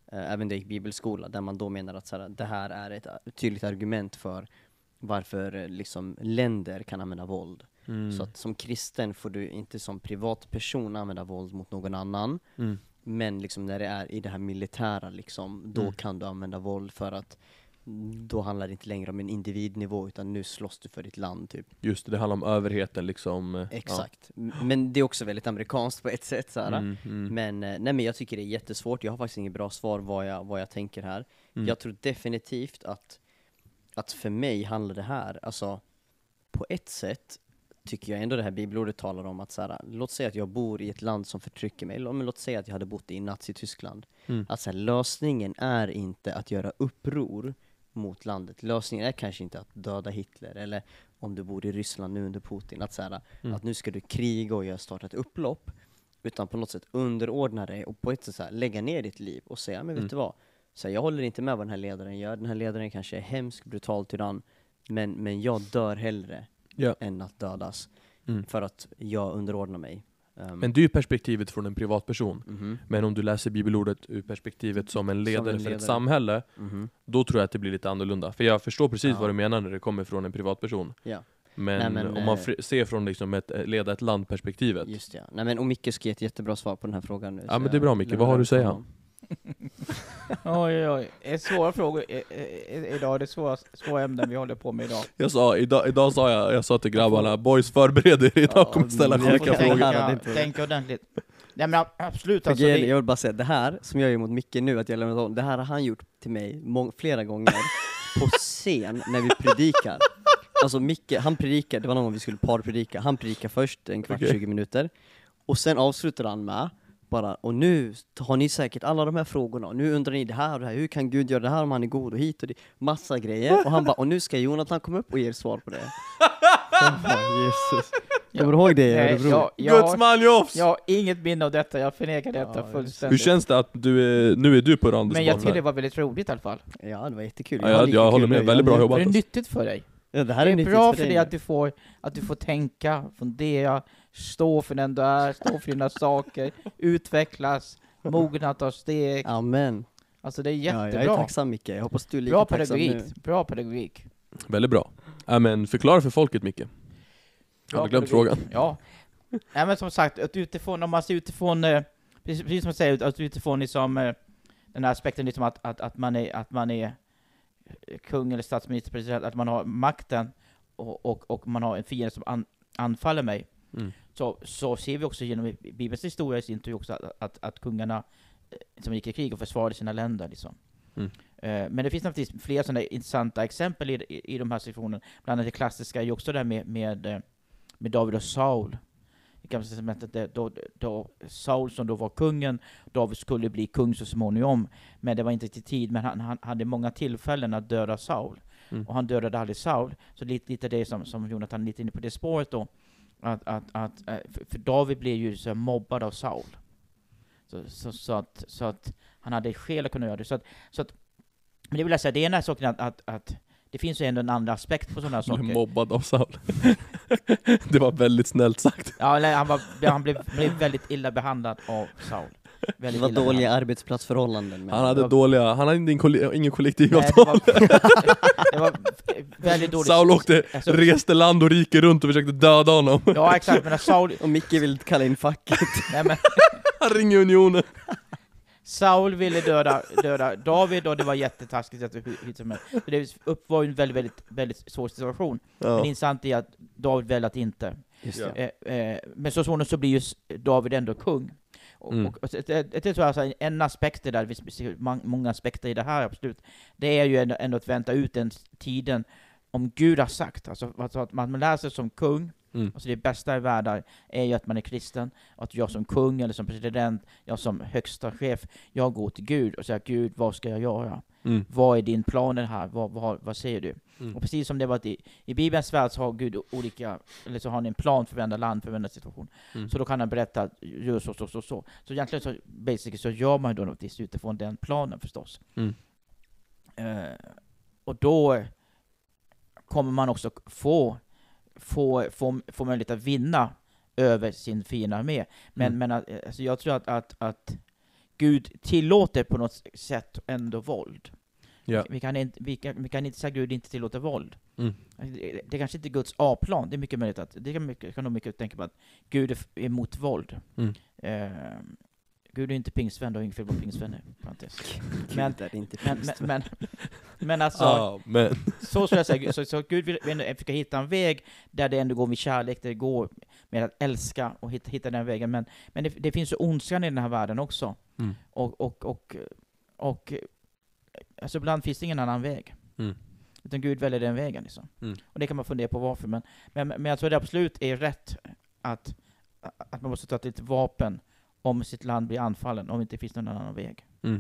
eh, även det gick bibelskola, där man då menar att så här, det här är ett tydligt argument för varför eh, liksom länder kan använda våld. Mm. Så att som kristen får du inte som privatperson använda våld mot någon annan. Mm. Men liksom när det är i det här militära liksom, då Mm. kan du använda våld för att då handlar det inte längre om en individnivå utan nu slåss du för ditt land typ. Just det, det handlar om överheten liksom. eh, Exakt. M- Men det är också väldigt amerikanskt på ett sätt så här. Ja. Mm, mm, Men, eh, nej, men jag tycker det är jättesvårt. Jag har faktiskt inget bra svar vad jag, vad jag tänker här. mm. Jag tror definitivt att, att för mig handlar det här, alltså på ett sätt tycker jag ändå det här bibelordet talar om att så här, låt säga att jag bor i ett land som förtrycker mig, men låt säga att jag hade bott i Nazi-Tyskland. Mm. Alltså lösningen är inte att göra uppror mot landet. Lösningen är kanske inte att döda Hitler, eller om du bor i Ryssland nu under Putin, att, så här, Mm. att nu ska du kriga och göra starta ett upplopp, utan på något sätt underordna dig och på ett sätt så här, lägga ner ditt liv och säga, men vet Mm. du vad? Så här, jag håller inte med vad den här ledaren gör. Den här ledaren kanske är hemsk, brutal, tyrann, men, men jag dör hellre Ja. än att dödas. Mm. För att jag underordnar mig. Um, Men det är ju perspektivet från en privatperson. mhm, Men om du läser bibelordet ur perspektivet som en ledare en för ledare. ett samhälle, mhm, då tror jag att det blir lite annorlunda. För jag förstår precis Ja. vad du menar när det kommer från en privatperson. ja, Men, Nej, men, om man eh, fr- ser från liksom ett eh, leda ett land-perspektivet. just det. Nej, men och Micke ska ge ett jättebra svar på den här frågan nu. Ja, så men det är bra, jag Micke. lämnar Vad har du över att säga? till honom. Oj, oj, oj. Är svåra frågor i- i- i- idag. Det är svåra, svåra ämnen vi håller på med idag. Jag sa, idag, idag sa jag, jag sa till grabbarna, boys förbered er, idag Ja, kommer ställa jag sjuka kan frågor. tänka- Tänka, ordentligt. tänka ordentligt. Nej men absolut För alltså. grejen är, Det, jag vill bara säga, det här som jag gör mot Micke nu, att jag lämnar honom, det här har han gjort till mig må- flera gånger på scen när vi predikar. Alltså Micke, han predikar, det var någon gång vi skulle parpredika, han predikar först en kvart, Okej. tjugo minuter, och sen avslutar han med bara, och nu har ni säkert alla de här frågorna, och nu undrar ni det här och det här, hur kan Gud göra det här om han är god och hit och dit, massa grejer, och han bara, och nu ska Jonathan komma upp och ge er svar på det. Jag bara, Jesus. Kommer du ihåg det, nej, Örebro? jag, jag, Guds man Jofs! jag har inget minne av detta, jag förnekar detta Ja, Hur fullständigt. känns det att du är, nu är du på Randers Men jag barn tycker här? det var väldigt roligt i alla fall. Ja, det var jättekul. Ja, jag- har lika jag håller kul med. nu. Väldigt bra Jag- jobbat. Det är alltså. nyttigt för dig. Ja, det här Det är, är nyttigt bra för för dig dig nu. att du får, att du får tänka, fundera, stå för den du är, stå för dina saker, utvecklas, mogna, ta steg. Amen. Alltså det är Ja, jättebra. jag är tacksam Micke, jag hoppas du är lika Bra tacksam pedagogik, nu. bra pedagogik. Väldigt bra. Ja, men förklara för folket, Micke. Jag Bra har glömt pedagogik. frågan. Ja. Nej men som sagt, att utifrån, om man ser utifrån, eh, precis, precis som jag säger, att utifrån liksom, eh, den här aspekten liksom att, att, att, man är, att man är kung eller statsminister, president, att man har makten och, och, och man har en fiende som an, anfaller mig. Mm. Så, så ser vi också genom Bibelns historia i sin tur också att, att, att kungarna eh, som gick i krig och försvarade sina länder. Liksom. Mm. Eh, Men det finns naturligtvis flera sådana intressanta exempel i, i, i de här sektionerna. Bland annat det klassiska är ju också det här med, med, eh, med David och Saul. I Gamla testamentet, där- då, då Saul som då var kungen, David skulle bli kung så småningom. Men det var inte till tid, men han, han hade många tillfällen att döda Saul. Mm. Och han dödade aldrig Saul. Så lite, lite det som, som Jonathan är lite inne på det spåret då. Att, att, att, eh, för, för David blev ju så här mobbad av Saul. Så, så, så, att, så att han hade skäl att kunna göra det. Så att, så att, men det vill jag säga, det ena saken att, att, att det finns ju ändå en annan aspekt på sådana här Jag blev saker. mobbad av Saul. Det var väldigt snällt sagt. Ja, nej, han, var, han blev, blev väldigt illa behandlad av Saul. Det Väldigt var illa dåliga behandlad. arbetsplatsförhållanden. Men Han hade var- dåliga, han hade ingen, kolle- ingen Nej, kollektivavtal. det, var, det var väldigt dåligt. Saul åkte, Alltså, reste land och rike runt och försökte döda honom. ja, exakt, men när Saul, Och Micke vill kalla in facket. nej, men, Han ringer unionen. Saul ville döda, döda David och det var jättetaskigt. Att, hur- hur som helst. Så det upp- var ju en väldigt, väldigt, väldigt svår situation. Men Ja. intressant är att David väljer att inte. Just Ja. det. Eh, eh, men så småningom så blir ju s- David ändå kung. Och, Mm. och, och, det, det, det tror jag alltså en aspekt där, vi ser mång- många aspekter i det här absolut, det är ju ändå, ändå att vänta ut den tiden om Gud har sagt. Alltså, alltså att man lär sig som kung, Mm. alltså det bästa i världen är ju att man är kristen, och att jag som kung eller som president, jag som högsta chef, jag går till Gud och säger Gud, vad ska jag göra? Mm. Vad är din plan här? Vad, vad, vad säger du? Mm. Och precis som det var i, i Bibelns värld så har Gud olika, eller så har han en plan för varenda land, för varenda situation. Mm. Så då kan han berätta, gör så, så, så, så. Så egentligen så, basically, så gör man ju då något visst utifrån den planen förstås. Mm. Eh, och då kommer man också få, få, få, få möjlighet att vinna över sin fina armé. Men, Mm. men att, alltså jag tror att, att, att Gud tillåter på något sätt ändå våld. Ja. Vi, kan inte, vi, kan, vi kan inte säga att Gud inte tillåter våld. Mm. Det, det är kanske inte Guds A-plan. Det är mycket möjligt att, det kan, mycket, kan nog mycket tänka på att Gud är emot våld. Mm. Eh, Gud är inte pingsvän, då är inget fel på pingsvänner. Men, Gud är inte men, men, men, men alltså, Ah, men. så skulle jag säga, så, så Gud vill försöka hitta en väg där det ändå går med kärlek, där det går med att älska och hitta, hitta den vägen. Men, men det, det finns ju ondskan i den här världen också. Mm. Och, och, och, och alltså ibland finns det ingen annan väg. Mm. Utan Gud väljer den vägen liksom. Mm. Och det kan man fundera på varför. Men, men, men jag tror det absolut är rätt att, att man måste ta till ett vapen om sitt land blir anfallen, om det inte finns någon annan väg. Mm.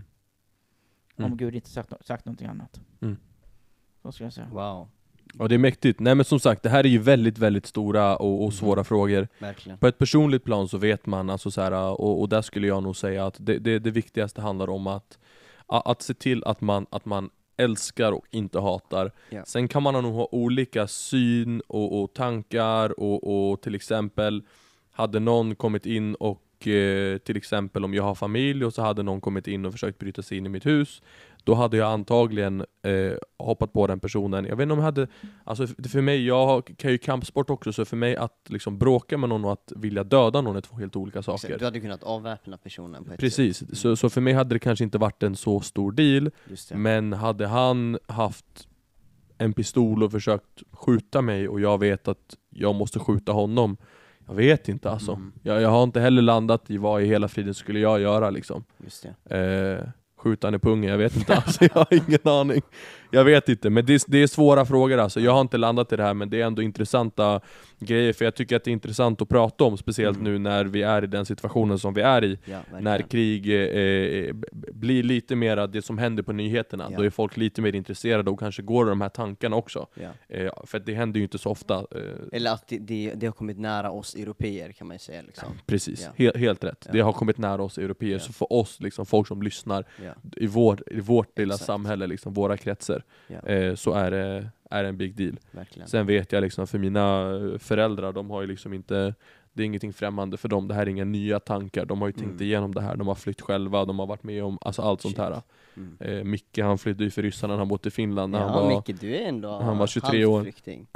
Mm. Om Gud inte sagt, sagt någonting annat. Mm. Så ska jag säga. Wow, Ja, det är mäktigt. Nej men som sagt, det här är ju väldigt, väldigt stora och, och svåra Mm. frågor. verkligen. På ett personligt plan så vet man, alltså så här, och, och där skulle jag nog säga att det, det, det viktigaste handlar om att, att se till att man, att man älskar och inte hatar. Ja. Sen kan man nog ha olika syn och, och tankar och, och till exempel hade någon kommit in och eh, till exempel om jag har familj och så hade någon kommit in och försökt bryta sig in i mitt hus, då hade jag antagligen eh, hoppat på den personen. Jag vet inte om jag hade, alltså för, för mig, jag kan ju kampsport också, så för mig att liksom bråka med någon och att vilja döda någon är två helt olika saker. Du hade kunnat avväpna personen på ett Precis, sätt. så, så för mig hade det kanske inte varit en så stor deal, Just det. men hade han haft en pistol och försökt skjuta mig och jag vet att jag måste skjuta honom, jag vet inte alltså. Mm. Jag, jag har inte heller landat i vad i hela friden skulle jag göra liksom. Just det. Eh, skjuta han i pungen, jag vet inte alltså, jag har ingen aning. Jag vet inte, men det, det är svåra frågor alltså. Jag har inte landat i det här, men det är ändå intressanta grejer, för jag tycker att det är intressant att prata om, speciellt Mm. nu när vi är i den situationen som vi är i. Ja, verkligen. När krig eh, b- blir lite mer det som händer på nyheterna, Ja. då är folk lite mer intresserade och kanske går de här tankarna också. Ja. Eh, för att det händer ju inte så ofta. Eh, Eller att det, det, det har kommit nära oss europeer kan man ju säga liksom. precis, Ja. He- helt rätt. Ja. Det har kommit nära oss europeer, Ja. så för oss, liksom, folk som lyssnar Ja. i, vår, i vårt lilla Exakt. samhälle, liksom, våra kretsar, Ja. eh, så är det är en big deal. Verkligen. Sen vet jag liksom, för mina föräldrar, de har ju liksom inte, det är ingenting främmande för dem, det här är inga nya tankar, de har ju tänkt Mm. igenom det här, de har flytt själva, de har varit med om alltså allt sånt Shit. här. Mm. Eh, Micke, han flydde ju för ryssarna när han bodde i Finland när Ja, han var Micke, du är ändå han var tjugotre år. halvflykting.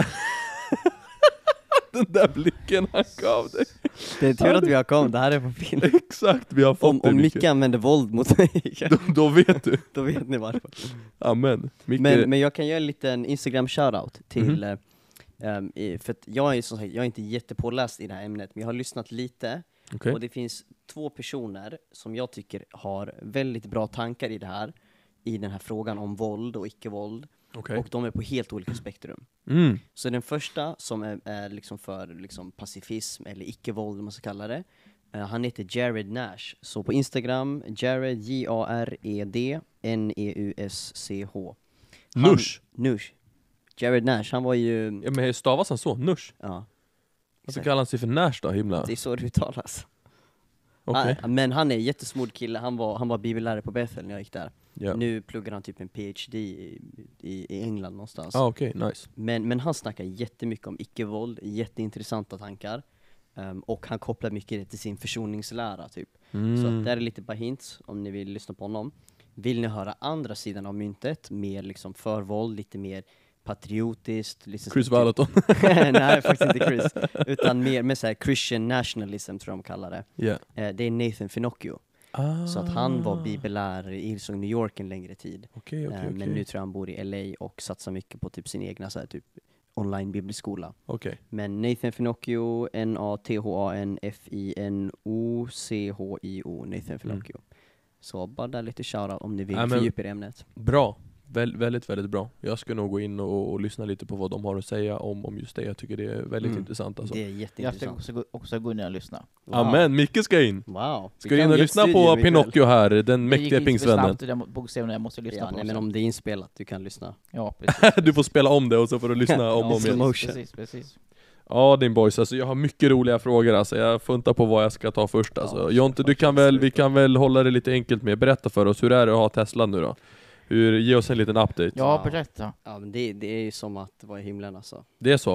den där blicken han gav dig. Det är tur att vi har kommit, det här är på film. Exakt, vi har fått Om, det om Micke. Micke använder våld mot mig, Då, då vet du. då vet ni varför. Amen. Micke, Men, men jag kan göra en liten Instagram shoutout till, Mhm. eh, um, i- för att jag är som sagt, jag är inte jättepåläst i det här ämnet, men jag har lyssnat lite, okej. och det finns två personer som jag tycker har väldigt bra tankar i det här, i den här frågan om våld och icke-våld, Okej. och de är på helt olika spektrum. Mm. Så den första som är, är liksom för liksom pacifism eller icke-våld, om man ska kalla det, eh, han heter Jared Nash. Så på Instagram, Jared, J A R E D N E U S C H. Han- Nush. Nush. Jared Nash, han var ju, Ja, men stavas han så? Nush? ja, Varför exakt. kallar han sig för Nash då? Himla. Det är så det uttalas. Okej. Han, men han är en jättesmord kille, han var, han var bibellärare på Bethel när jag gick där. Ja. Nu pluggar han typ en P H D i, i, i England någonstans. Ah, okej, nice. Men, men han snackar jättemycket om icke-våld, jätteintressanta tankar. Um, och han kopplar mycket det till sin försoningslära typ. Mm. Så att där är lite bara hints om ni vill lyssna på honom. Vill ni höra andra sidan av myntet, mer liksom för våld, lite mer patriotiskt. Liksom Chris typ- Vallaton. Nej, faktiskt inte Chris. Utan mer med så här Christian nationalism tror jag de kallar det. Ja. Eh, det är Nathan Finocchio. Ah. Så att han var bibellärare i Hillsong, New York en längre tid. Okej, okej, Eh, okej. Men nu tror jag han bor i L A och satsar mycket på typ sin egna så här, typ online bibelskola. Okej. Men Nathan Finocchio, N A T H A N F I N O C H I O, Nathan Finocchio. Så bara där lite shoutout om ni vill Ja, men- fördjupa er i ämnet. Bra. Väl, väldigt, väldigt bra. Jag ska nog gå in och, och lyssna lite på vad de har att säga om, om just det. Jag tycker det är väldigt Mm. intressant alltså. Det är Jag ska jätteintressant. också, gå- också gå in och lyssna. Wow. Amen, Micke ska in! Wow. Ska du in och lyssna på Pinocchio här, den Det gick mäktiga lite för pingsvännen? snabbt, de bokstäverna jag måste lyssna Ja, på. nej, men sen. om det är inspelat, du kan lyssna. Ja, precis. Du får spela om det och så får du lyssna om och om slow igen. motion. Precis, precis. Ja din boys, alltså jag har mycket roliga frågor alltså. Jag funtar på vad jag ska ta först alltså. Ja, Jonte, du kan väl, vi kan väl hålla det lite enkelt med. Berätta för oss, hur är det att ha Tesla nu då? Hur, ge oss en liten update. Ja, Ja. berätta. Ja, men det, det är ju som att vara i himlen alltså. Det är så va?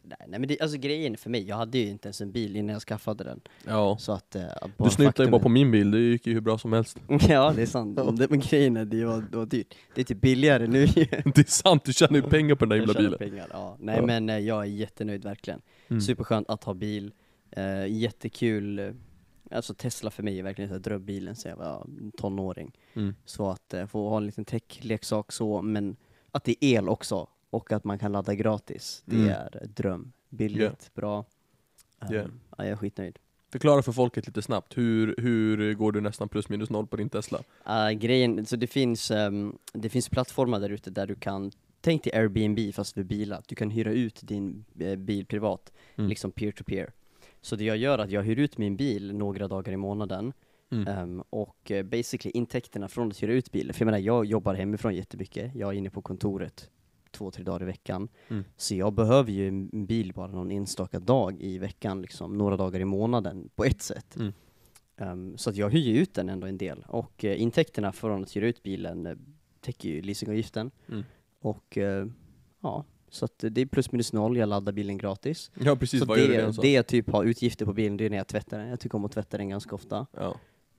Nej, nej men det, alltså grejen för mig, jag hade ju inte ens en bil innan jag skaffade den. Ja. Så att, uh, du snutade ju bara på min bil, det gick ju hur bra som helst. Ja, det är sant. Det, men grejen är, det var, det var dyrt. Det är typ billigare nu. Det är sant, du tjänar ju pengar på den där himla bilen. Pengar, ja. Nej ja. men uh, jag är jättenöjd verkligen. Mm. Superskönt att ha bil. Uh, jättekul. Uh, alltså Tesla för mig är verkligen så drömbilen sen jag var tonåring. Mm. Så att uh, få ha en liten tech-leksak så, men att det är el också. Och att man kan ladda gratis. Det mm. är dröm. Billigt, yeah. bra. Um, yeah. Ja, jag är skitnöjd. Förklara för folket lite snabbt. Hur, hur går du nästan plus minus noll på din Tesla? Uh, grejen, så det finns, um, det finns plattformar där ute där du kan, tänk dig Airbnb fast för bilar. Du kan hyra ut din uh, bil privat. Mm. Liksom peer-to-peer. Så det jag gör är att jag hyr ut min bil några dagar i månaden. Mm. Um, och uh, basically intäkterna från att hyra ut bilen. För jag menar, jag jobbar hemifrån jättemycket. Jag är inne på kontoret två, tre dagar i veckan. Mm. Så jag behöver ju en bil bara någon enstaka dag i veckan, liksom några dagar i månaden på ett sätt. Mm. Um, så att jag hyr ut den ändå en del. Och uh, intäkterna från att hyra ut bilen uh, täcker ju leasingavgiften. Mm. Och uh, ja, så att det är plus minus noll, jag laddar bilen gratis. Ja, precis. Så vad det, gör det, det jag typ har utgifter på bilen, det är när jag tvättar den. Jag tycker om att tvätta den ganska ofta. Ja.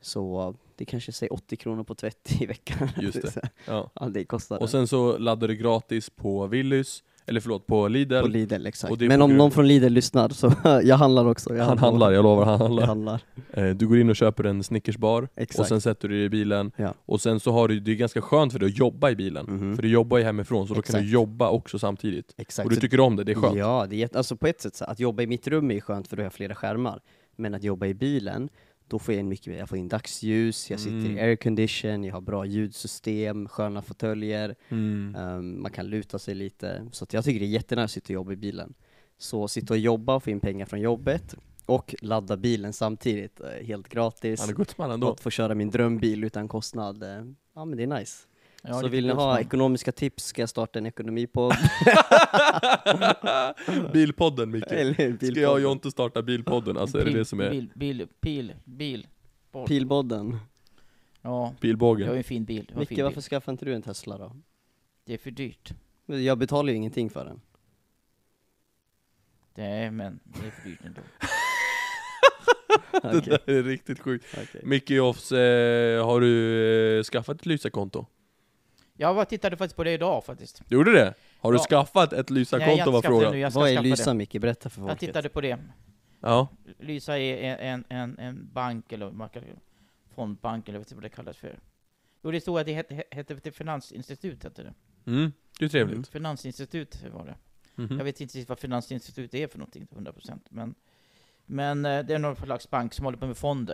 Så det kanske säger åttio kronor på tvätt i veckan. Just det. Ja. Ja, det kostar. Och sen så laddar du gratis på Willys, eller förlåt, på Lidl. På Lidl, exakt. Men om någon från Lidl lyssnar så jag handlar också. Jag han handlar, jag lovar, han handlar. Jag handlar. Eh, du går in och köper en Snickersbar. Exakt. Och sen sätter du dig i bilen. Ja. Och sen så har du, det är ganska skönt för dig att jobba i bilen. Mm-hmm. För du jobbar ju hemifrån, så då exakt. Kan du jobba också samtidigt. Exakt. Och du tycker om det, det är skönt. Ja, det är jätt- alltså på ett sätt så att jobba i mitt rum är skönt för då har jag flera skärmar. Men att jobba i bilen, då får jag in mycket, jag får in dagsljus, jag sitter mm. i aircondition, jag har bra ljudsystem, sköna fåtöljer, mm. um, man kan luta sig lite. Så att jag tycker det är jättenice att sitta och jobba i bilen. Så sitta och jobba och få in pengar från jobbet och ladda bilen samtidigt, helt gratis. Han är gudsman ändå. Att få köra min drömbil utan kostnad, ja men det är nice. Ja, så vill ni ha man. ekonomiska tips ska jag starta en ekonomipodd. Bilpodden, Micke. Bilpodden. Ska jag och Jonte starta bilpodden? Alltså är det det som är... Bil, bil, bil, bil. Pilpodden. Ja. Bilbågen. Jag har en fin bil. Micke, varför bil. skaffar inte du en Tesla då? Det är för dyrt. Jag betalar ju ingenting för den. Nej, men det är för dyrt ändå. Okay. Det där är riktigt sjukt. Okay. Micke Offs, eh, har du eh, skaffat ett Lysa-konto? Jag tittade faktiskt på det idag faktiskt. Du gjorde det? Har ja. du skaffat ett Lysa-konto, var frågan? Vad är Lysa, Micke? Berätta för folket. Jag tittade på det. Ja. Lysa är en, en, en bank, eller fondbank, eller vet inte vad det kallas för. Jo, det stod att det hette, hette, hette Finansinstitut, hette det. Mm, det är trevligt. Mm. Finansinstitut var det. Mm-hmm. Jag vet inte vad Finansinstitut är för någonting, hundra procent. Men, men det är någon slags bank som håller på med fonder.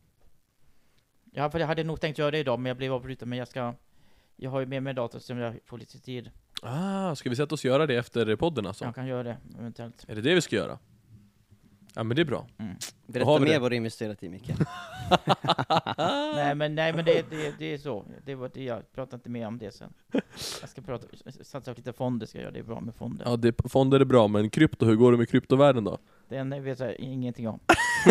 Jag hade nog tänkt göra det idag, men jag blev avbruten. Men jag ska... Jag har ju med mig dator som jag får lite tid. Ah, ska vi sätta oss och göra det efter podden alltså? Jag kan göra det, eventuellt. Är det det vi ska göra? Ja, men det är bra. Mm. Berätta mer vad du investerat i, Micke. nej, men, nej, men det, det, det är så. Det var det, jag pratar inte mer om det sen. Jag ska prata, satsa lite fonder ska jag göra. Det är bra med fonder. Ja, det, fonder är bra, men krypto, hur går det med kryptovärlden då? Den vet jag ingenting om.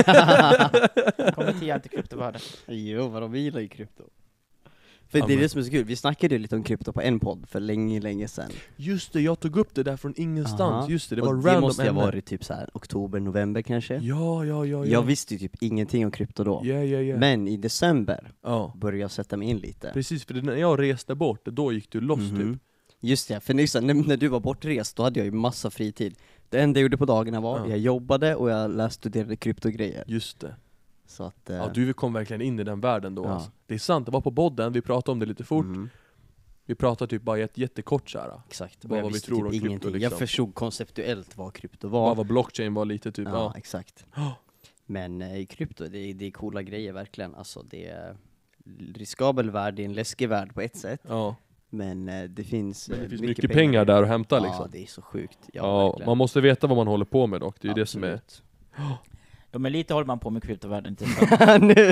Jag kommer inte igen till kryptovärlden. Jo, vad de gillar i krypto. För det är det som är så kul. Vi snackade lite om krypto på en podd för länge, länge sedan. Just det, jag tog upp det där från ingenstans. Aha. Just det, det var och random. Det måste ha varit typ så här oktober, november kanske. Ja, ja, ja, ja. Jag visste ju typ ingenting om krypto då. Yeah, yeah, yeah. Men i december ja. började jag sätta mig in lite. Precis, för när jag reste bort, då gick du loss mm-hmm. typ. Just det, för nyss, när, när du var bortrest, då hade jag ju massa fritid. Det enda jag gjorde på dagarna var, ja. jag jobbade och jag läste studerade kryptogrejer. Just det. Så att, eh... ja, du kom verkligen in i den världen då. Ja. Alltså. Det är sant, det var på podden, vi pratade om det lite fort. Mm. Vi pratade typ bara ett jättekort så här. Exakt, vad, vad vi tror typ om krypto. Liksom. Jag förstod konceptuellt vad krypto var. Vad var blockchain var lite typ. Ja, ja. exakt. Oh. Men i eh, krypto, det är, det är coola grejer verkligen. Alltså det är riskabel värld, det är en läskig värld på ett sätt. Ja. Men eh, det finns, Men det finns mycket, mycket pengar, pengar där att hämta ja, liksom. Ja, det är så sjukt. Ja, ja man måste veta vad man håller på med dock. Det är ju det som är... Oh. Ja, men lite håller man på med kryptovärlden till. nu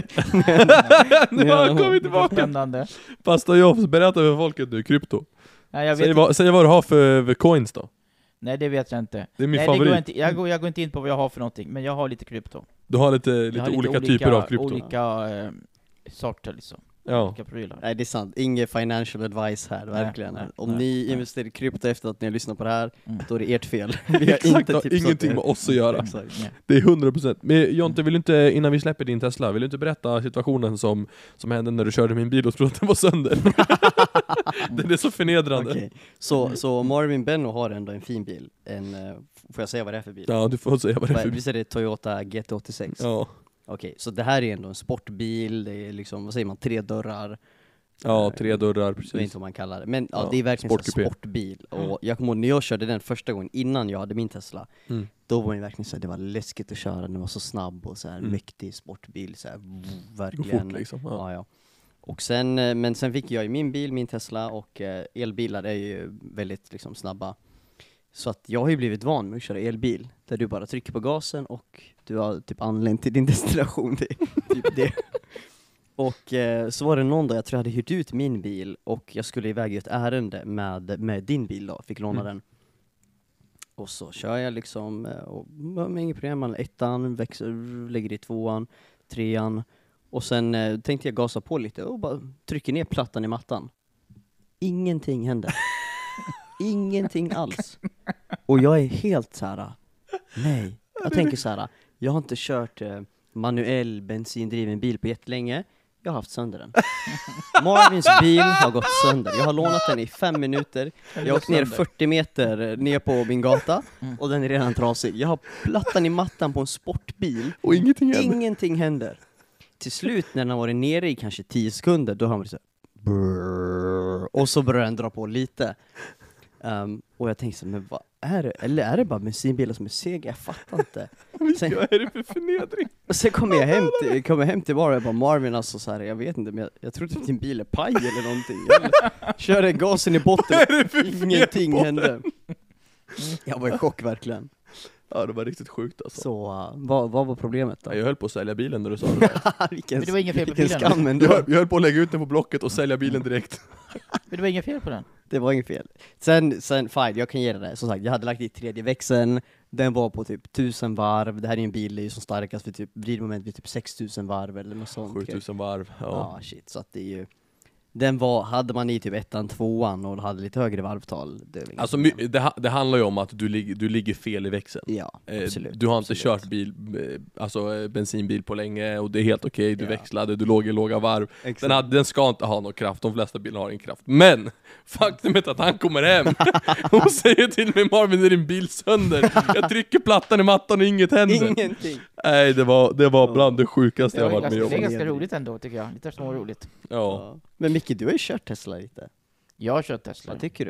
nu har jag kommit tillbaka. Spännande. Pastor Jobs, berätta för folket nu, krypto. Nej, jag vet säg, vad, säg vad du har för, för coins då. Nej, det vet jag inte. Det är min Nej, favorit. Det går inte, jag, går, jag går inte in på vad jag har för någonting, men jag har lite krypto. Du har lite, lite, har lite olika, olika typer av krypto. Olika eh, sorter liksom. Ja. olika prylar. Nej, det är sant. Ingen financial advice här, verkligen. nej, Om nej, ni nej. investerar i krypto efter att ni har lyssnat på det här, Mm. då är det ert fel. Vi har Exakt, inte det har tipsat ingenting er. med oss att göra. Exakt. Ja. Det är hundra procent. Men Jonte, vill du inte, innan vi släpper din Tesla, vill du inte berätta situationen som, som hände när du körde min bil och trodde att den var sönder? Det är så förnedrande. Okej. Så, så Marvin Benno har ändå en fin bil. En, eh, får jag säga vad det är för bil? Ja, du får säga vad det är för bil. Visst är det Toyota G T åttiosex? Ja, Okej, så det här är ändå en sportbil, det är liksom, vad säger man, tre dörrar. ja tre dörrar, Jag vet precis. inte vad man kallar det, men ja, Ja, det är verkligen en sportkupé. sportbil. Och jag kommer ihåg när jag körde den första gången, innan jag hade min Tesla, Mm. då var det verkligen så här, det var läskigt att köra, den var så snabb och så här Mm. mäktig sportbil, så här, Gå verkligen. fort liksom. Ja. Ja, ja. Och sen, eh, men sen fick jag ju min bil, min Tesla, och eh, elbilar är ju väldigt liksom snabba. Så att jag har ju blivit van med att köra elbil, där du bara trycker på gasen och du har typ anlänt till din destination. Det, är typ det. Och eh, så var det någon dag, jag tror jag hade hyrt ut min bil och jag skulle iväg i ett ärende med, med din bil då, fick låna Mm. den. Och så kör jag liksom, eh, och med inget problem, man ettan, växer, lägger i tvåan, trean. Och sen eh, tänkte jag gasa på lite och bara trycker ner plattan i mattan. Ingenting händer. Ingenting alls. Och jag är helt så här. Nej. Jag tänker så här. Jag har inte kört eh, manuell bensindriven bil på jättelänge. Jag har haft sönder den. Marvins bil har gått sönder. Jag har lånat den i fem minuter. Jag har åkt ner fyrtio meter eh, ner på min gata. Och den är redan trasig. Jag har plattan i mattan på en sportbil. Och ingenting händer. Ingenting händer. Till slut när den har varit nere i kanske tio sekunder, då har man så här, brrr, och så börjar den dra på lite. Um, och jag tänkte så, men vad är det? Eller är det bara bensinbilar som är sega? Jag fattar inte. Sen, Vad är det för förnedring? och sen kommer jag hem till, kommer jag hem till Marvin och bara, Marvin alltså så här, jag vet inte, men jag, jag tror att din bil är paj eller någonting. Jag körde gasen i botten, Vad är det för fel ingenting på hände. Jag var i chock verkligen. Ja, det var riktigt sjukt alltså. Så uh, vad, vad var problemet då? Ja, jag höll på att sälja bilen när du sa det. vilken, Men det var inget fel på vilken bilen. skam ändå. Jag, jag höll på att lägga ut den på Blocket och sälja bilen direkt. Men det var inget fel på den. Det var inget fel. Sen, sen fine, jag kan ge det där. Som sagt, jag hade lagt i tredje växeln. Den var på typ tusen varv. Det här är en bil, det är ju som starkast vid typ vridmoment vid typ sex tusen varv eller något sånt. sjutusen varv. Ja, Ja. ah, shit. Så att det är ju... Den var, hade man i typ ettan, tvåan och hade lite högre varvtal. Det är väl inget Alltså problem. my- det, ha- det handlar ju om att du, lig- du ligger fel i växeln. Ja, Eh, absolut. du har inte absolut. kört bil, eh, alltså eh, bensinbil på länge och det är helt okej, du Ja. växlade, du låg i låga varv. Exakt. Den, hade, den ska inte ha någon kraft, de flesta bilar har en kraft. Men! Faktumet att han kommer hem och säger till mig, Marvin, är din bil sönder? Jag trycker plattan i mattan och inget händer. Ingenting. Nej, det var, det var bland det sjukaste Det, jag var varit med ganska, det är om. ganska roligt ändå tycker jag. Lite små roligt. Ja. Ja. Men Micke, du har ju kört Tesla lite. Jag har kört Tesla. Vad tycker du?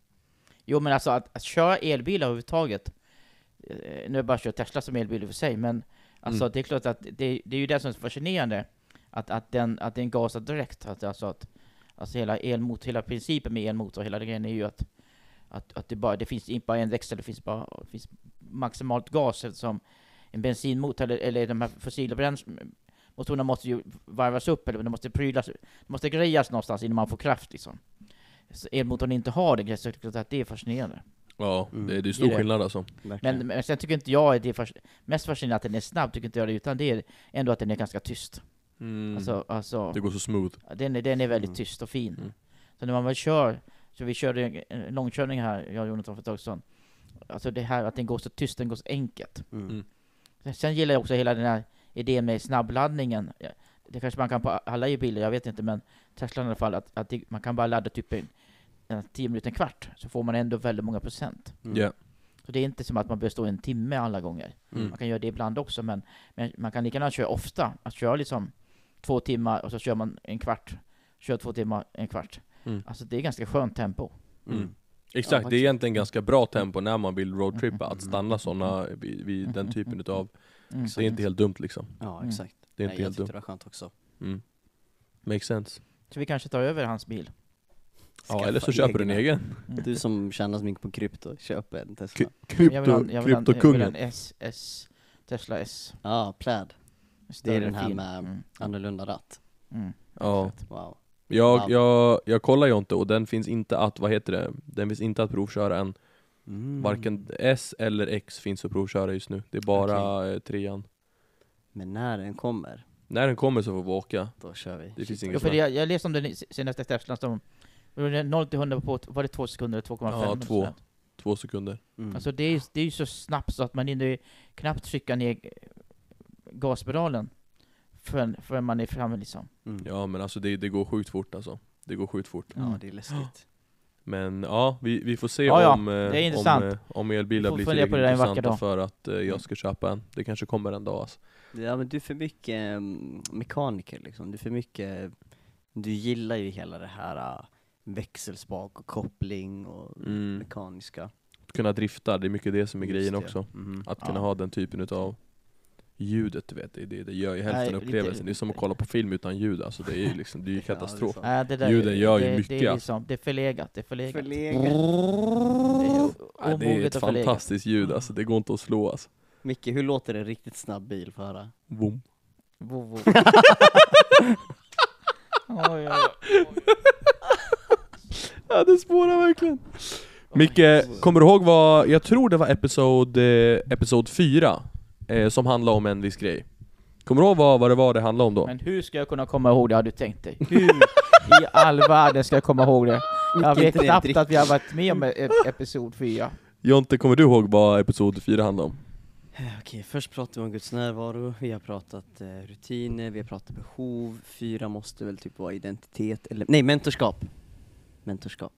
Jo men alltså att, att köra elbilar överhuvudtaget, eh, nu har jag bara kört Tesla som elbil för sig, men alltså Mm. det är klart att det, det är ju det som är så fascinerande, att, att, den, att den gasar direkt, att, alltså att alltså hela elmotor, hela principen med elmotor, hela den grejen är ju att, att, att det, bara, det finns inte bara en växel, det finns bara det finns maximalt gas, eftersom en bensinmotor eller, eller de här fossila bränslemotorerna måste ju varvas upp, eller de måste prylas, de måste grejas någonstans innan man får kraft liksom. Så elmotorn inte har det, så jag tycker att det är fascinerande. Ja, Mm. det, det är Det stor är det. skillnad alltså. Verkligen. Men, men sen tycker inte jag att det är fas- mest fascinerande att den är snabb, tycker inte jag det, utan det är ändå att den är ganska tyst. Mm. Alltså, alltså Det går så smooth. den, är, den är väldigt Mm. tyst och fin. Mm. Så när man väl kör, så vi körde en, en långkörning här, jag och Jonathan för ett tag sedan. Alltså det här att den går så tyst, den går så enkelt. Mm. Mm. Sen, sen gillar jag också hela den här idén med snabbladdningen. Ja, det kanske man kan på alla bilar, jag vet inte, men Tesla i alla fall, att, att det, man kan bara ladda typ en, en tio minuter, en kvart, så får man ändå väldigt många procent. Mm. Ja. Så det är inte som att man behöver stå en timme alla gånger. Mm. Man kan göra det ibland också, men, men man kan lika gärna köra ofta. Att köra liksom två timmar och så kör man en kvart. Kör två timmar, en kvart. Mm. Alltså det är ganska skönt tempo. Mm. Exakt, Ja, det är egentligen ganska bra tempo när man vill roadtrippa, att Mm. stanna sådana vid, vid den typen utav. Mm. Det är inte helt dumt liksom. Ja, Mm. exakt. Det är Nej, inte jag helt tyckte dumt. det var skönt också. Mm. Makes sense. Så vi kanske tar över hans bil. Ja, Skaffa eller så köper du en egna. egen. Mm. Du som tjänar så mycket på krypto, köp en Tesla. K- Jag vill ha, Krypto, jag vill ha, jag vill ha kryptokungen. en S, S, Tesla S. Ja, pläd. Det är Större, den här fin. med Mm. annorlunda ratt. Mm. Ja. Wow. Jag, jag, jag kollar ju inte och den finns inte att, vad heter det? Den finns inte att provköra än. Mm. Varken S eller X finns att provköra just nu. Det är bara okay. trean. Men när den kommer, När den kommer så får vi åka. Då kör vi. Det finns Ja, inget för snack. jag, jag läste om den senaste Teslan som noll till hundra på, var det två sekunder eller två komma fem? Ja, två. Två sekunder. Mm. Alltså det är, det är ju så snabbt så att man hinner knappt trycka ner gaspedalen förrän, förrän man är framme liksom. Mm. Ja, men alltså det, det går sjukt fort alltså. Det går sjukt fort. Ja, det är läskigt. Men ja, vi, vi får se Ja, ja, om, eh, det är om, intressant. eh, om elbilar Vi får blir fundera på tillräckligt det där en vacker intressanta dag. för att eh, jag ska köpa en. Det kanske kommer en dag alltså. Ja, men du är för mycket um, mekaniker liksom. Du är för mycket... Du gillar ju hela det här uh, växelspak och koppling och Mm. mekaniska. Att kunna drifta, det är mycket det som är Just grejen det. också. Mhm. Att kunna Ja. ha den typen av ljudet, du vet. Det, det, det gör ju hälften Nej, av lite- upplevelsen. Det är som att kolla på film utan ljud. Alltså det är ju liksom, det är ju Ja, det är katastrof. sant. Nej, det där, Ljuden gör ju det, mycket, Det är, alltså. liksom, det är förlegat, det är förlegat. Förlegat. Det är o- Ja, det är omoget ett och förlegat. fantastiskt ljud alltså. Det går inte att slå alltså. Micke, hur låter en riktigt snabb bil för höra? Boom. Vo, vo. Oj, oj, oj. Ja, det spårar verkligen. Micke, kommer du ihåg vad, jag tror det var episod, eh, episod fyra eh, som handlade om en viss grej. Kommer du ihåg vad, vad det var det handlade om då? Men hur ska jag kunna komma ihåg det, har du tänkt dig? Hur i all världen ska jag komma ihåg det? Jag Micke, vet inte knappt riktigt. att vi har varit med om e- episod fyra. Jonte, kommer du ihåg vad episod fyra handlade om? Okej, först pratar vi om Guds närvaro, vi har pratat eh, rutiner, vi har pratat behov, fyra måste väl typ vara identitet, eller nej, mentorskap. Mentorskap.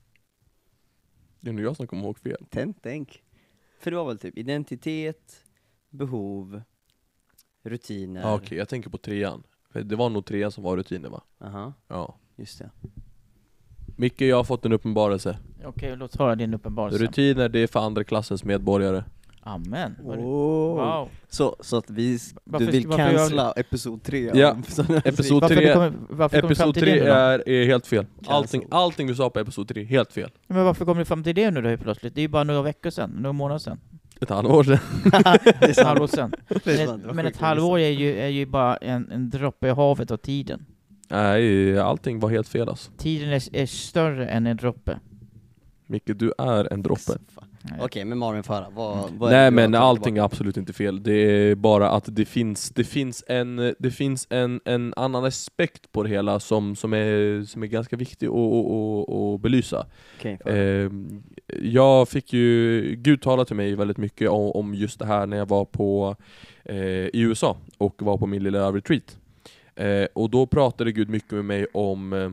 Det är nog jag som kommer ihåg fel. Tänk, tänk. För det var väl typ identitet, behov, rutiner. Ja, okej, jag tänker på trean. För det var nog trean som var rutiner, va? Aha, Ja. just det. Micke, jag har fått en uppenbarelse. Okej, låt höra din uppenbarelse. Rutiner, det är för andra klassens medborgare. Amen. Vad- Oh. Wow. Så, så att vi, Varför du vill ska- varför gör- cancella episod tre? Ja, av Söndagens episod Varför tre- du kommer, varför kommer du fram Episod till tre det nu då? är, är helt fel. Cancel. Allting, allting du sa på episod tre är helt fel. Men varför kommer du fram till det nu då helt plötsligt? Det är ju bara några veckor sedan, några månader sedan. Ett halvår sedan. Det är Ett sant. halvår sedan. Det är Men, sant, det var ett, men ett sjukt halvår är ju, är ju bara en, en droppe i havet av tiden. Nej, allting var helt fel alltså. Tiden är, är större än en droppe. Micke, du är en droppe. Nej. Okej, men Marvin Farah, vad, vad är Nej, det du har men tagit allting är tillbaka? absolut inte fel. Det är bara att det finns, det finns en, det finns en, en annan aspekt på det hela som, som, är, som är ganska viktig att, att, att, att belysa. Okej, Farah. Eh, jag fick ju, Gud talade till mig väldigt mycket om, om just det här när jag var på eh, i U S A och var på min lilla retreat. Eh, och då pratade Gud mycket med mig om eh,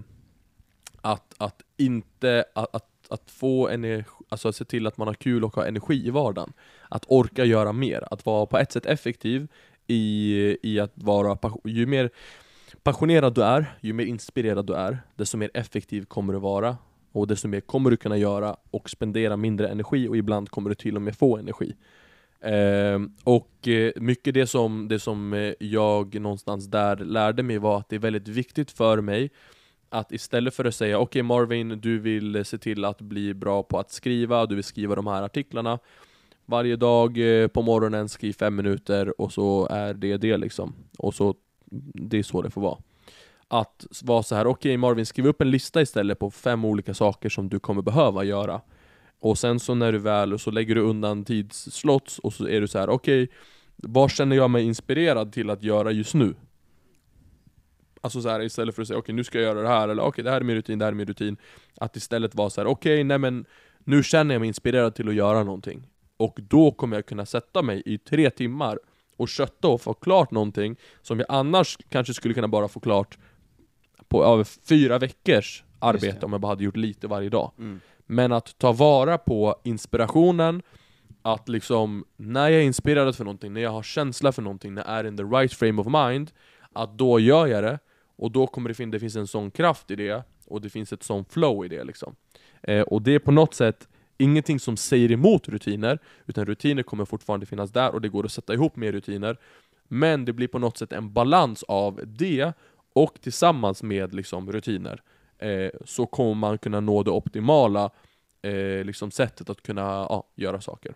att, att inte att, att, att få energi, alltså att se till att man har kul och ha energi i vardagen. Att orka göra mer, att vara på ett sätt effektiv i, i att vara passion- ju mer passionerad du är, ju mer inspirerad du är, desto mer effektiv kommer du vara. Och desto mer kommer du kunna göra och spendera mindre energi, och ibland kommer du till och med få energi. Eh, och eh, mycket det som, det som eh, jag någonstans där lärde mig var att det är väldigt viktigt för mig att istället för att säga okej okay, Marvin, du vill se till att bli bra på att skriva, du vill skriva de här artiklarna varje dag eh, på morgonen, skriv fem minuter och så är det det liksom. Och så, det är så det får vara. Att vara så här, okej okay, Marvin, skriv upp en lista istället på fem olika saker som du kommer behöva göra. Och sen så när du väl, så lägger du undan tidsslots och så är du så här, okej, okay, vad känner jag mig inspirerad till att göra just nu? Alltså så här, istället för att säga, okej okay, nu ska jag göra det här, eller okej okay, det här är min rutin, det här är min rutin. Att istället vara så här, okej, okay, nej men nu känner jag mig inspirerad till att göra någonting. Och då kommer jag kunna sätta mig i tre timmar och kötta och få klart någonting som jag annars kanske skulle kunna bara få klart på över fyra veckors arbete om jag bara hade gjort lite varje dag. Mm. Men att ta vara på inspirationen, att liksom när jag är inspirerad för någonting, när jag har känsla för någonting, när jag är in the right frame of mind, att då gör jag det, och då kommer det finnas, det finns en sån kraft i det, och det finns ett sån flow i det liksom. Eh, och det är på något sätt ingenting som säger emot rutiner, utan rutiner kommer fortfarande finnas där, och det går att sätta ihop med rutiner, men det blir på något sätt en balans av det och tillsammans med liksom rutiner. Eh, så kommer man kunna nå det optimala eh, liksom sättet att kunna ja, göra saker.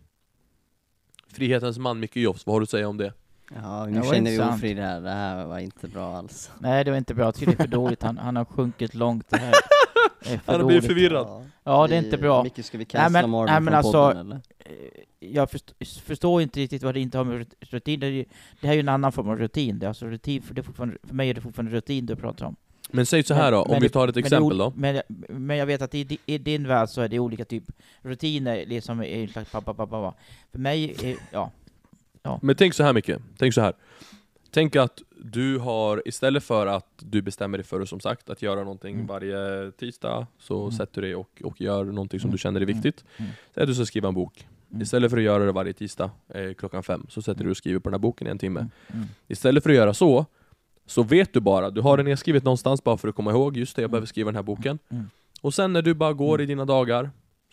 Frihetens man Micke Jobs, vad har du att säga om det? Ja, Det nu var känner vi intressant. ofrid här. Det här var inte bra alls. Nej, det var inte bra. Jag tycker det är för dåligt. Han, han har sjunkit långt det här. Det är för Han har blivit dåligt. förvirrad. Ja, det är Vi- inte bra. Micke, ska vi Nej, cancella men- Marvin nej, men från alltså- podden eller? jag först, förstår inte riktigt vad det inte har med rutin. Det, är ju, det här är ju en annan form av rutin. Det är alltså rutin för, det är för mig är det fortfarande rutin du pratar om. Men säg så här då, men, om men vi det, tar ett exempel då. Men, men jag vet att i, i din värld så är det olika typ rutiner, liksom är en slags pappa, pappa, pappa. För mig är, ja. ja. Men tänk så här mycket, tänk så här. Tänk att du har, istället för att du bestämmer dig för, som sagt, att göra någonting mm. varje tisdag, så mm. sätter du dig och, och gör någonting som mm. du känner är viktigt. Mm. Så att du ska skriva en bok. Mm. Istället för att göra det varje tisdag eh, klockan fem, så sätter du och skriver på den här boken i en timme. Mm. Istället för att göra så, så vet du bara, du har den nedskrivet någonstans bara för att komma ihåg, just det, jag behöver skriva den här boken. Mm. Och sen när du bara går i dina dagar,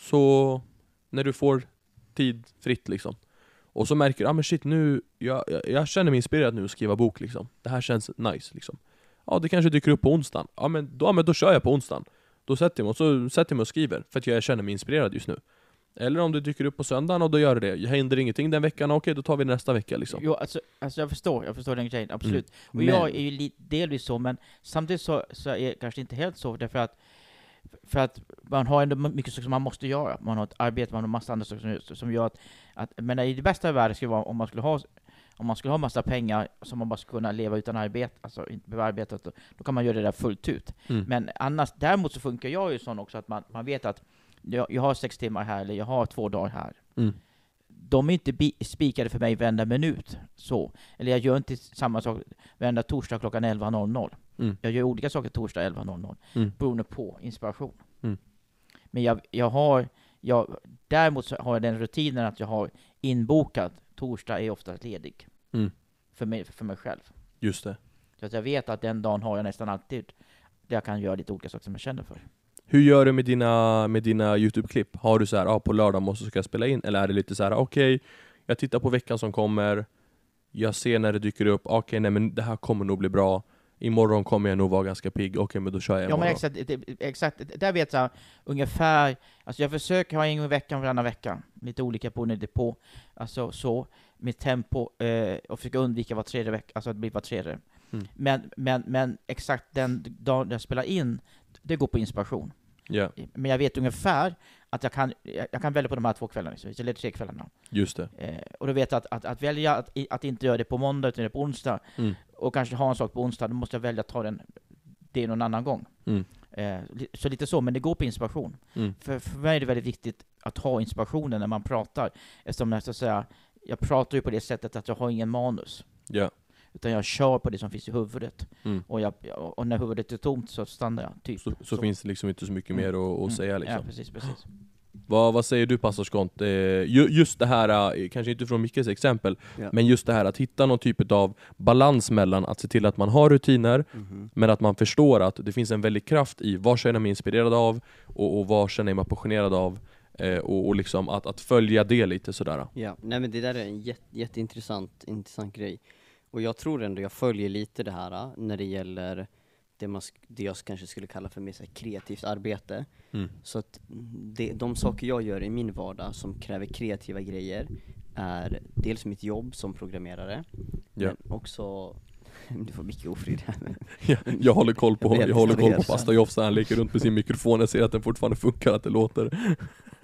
så när du får tid fritt liksom, och så märker du, ah men shit, nu, jag, jag, jag känner mig inspirerad nu att skriva bok liksom. Det här känns nice liksom. Ja, det kanske dyker upp på onsdagen. Ja men då, ja, men då kör jag på onsdagen. Då sätter jag mig och, så sätter jag mig och skriver, för att jag känner mig inspirerad just nu. Eller om det dyker upp på söndagen, och då gör det. Jag händer ingenting den veckan, okej, då tar vi nästa vecka liksom. Jo, alltså, alltså jag förstår, jag förstår den grejen, absolut. Mm. Och men... jag är ju li- delvis så, men samtidigt så, så är jag kanske inte helt så, därför att för att man har ändå mycket saker som man måste göra. Man har ett arbete, man har massa andra saker som, som gör att, att men i det bästa av världen skulle vara om man skulle ha om man skulle ha massa pengar som man bara skulle kunna leva utan arbete, alltså inte behöva arbeta, då, då kan man göra det där fullt ut. Mm. Men annars, däremot så funkar jag ju sån också att man, man vet att jag, jag har sex timmar här, eller jag har två dagar här. Mm. De är inte bi- spikade för mig varenda minut. Så. Eller jag gör inte samma sak varenda torsdag klockan elva noll noll. Mm. Jag gör olika saker torsdag elva noll noll. Mm. Beroende på inspiration. Mm. Men jag, jag har... Jag, däremot så har jag den rutinen att jag har inbokat. Torsdag är ofta ledig. Mm. För, mig, för mig själv. Just det. Så att jag vet att den dagen har jag nästan alltid där jag kan göra lite olika saker som jag känner för. Hur gör du med dina, med dina YouTube-klipp? Har du så här, ah, på lördag måste ska jag spela in? Eller är det lite så här, okej, okay, jag tittar på veckan som kommer, jag ser när det dyker upp, okej, okay, nej men det här kommer nog bli bra, imorgon kommer jag nog vara ganska pigg, okej, okay, men då kör jag imorgon. Ja, men exakt, det, exakt, där vet jag ungefär, alltså jag försöker ha en gång i veckan varannan vecka, lite olika på när det är på, alltså så, med tempo, eh, och försöka undvika var tredje vecka, alltså att bli var tredje. Mm. Men, men, men exakt den dagen jag spelar in, det går på inspiration. Yeah. Men jag vet ungefär att jag kan, jag kan välja på de här två kvällarna, eller tre kvällarna. Just det. Eh, och då vet jag att, att, att välja att, att inte göra det på måndag utan det på onsdag, mm. och kanske ha en sak på onsdag, då måste jag välja att ta den det någon annan gång. Mm. Eh, så lite så, men det går på inspiration. Mm. För, för mig är det väldigt viktigt att ha inspirationen när man pratar. Eftersom jag, så att säga, jag pratar ju på det sättet att jag har ingen manus. Ja. Yeah. Utan jag kör på det som finns i huvudet. Mm. Och, jag, och när huvudet är tomt så stannar jag. Typ. Så, så, så finns det liksom inte så mycket mm. mer att, att mm. säga. Liksom. Ja, precis, precis. Vad, vad säger du, pastor Skont? Eh, just det här, kanske inte från Mickes exempel, ja. men just det här att hitta någon typ av balans mellan att se till att man har rutiner, mm-hmm. men att man förstår att det finns en väldig kraft i vad känner man inspirerad av och, och vad känner man passionerad av. Eh, och, och liksom att, att följa det lite sådär. Ja, nej men det där är en jätte, jätteintressant intressant grej. Och jag tror ändå jag följer lite det här när det gäller det, man, det jag kanske skulle kalla för mer så här kreativt arbete. Mm. Så att det, de saker jag gör i min vardag som kräver kreativa grejer är dels mitt jobb som programmerare, yeah. men också... Du får mycket ofrid här. Ja, jag håller koll på honom. Jag håller koll på pastor Jofs. Han leker runt med sin mikrofon. Jag ser att den fortfarande funkar, att det låter.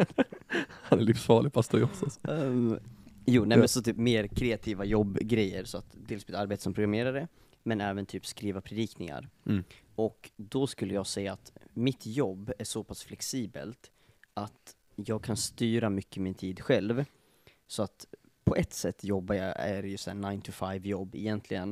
Han är livsfarlig, pastor Jofs. Alltså. Um, jo, nej, men så typ mer kreativa jobbgrejer. Så att dels mitt arbete som programmerare, men även typ skriva predikningar. Mm. Och då skulle jag säga att mitt jobb är så pass flexibelt att jag kan styra mycket min tid själv. Så att på ett sätt jobbar jag, är det ju så här nine to five jobb egentligen.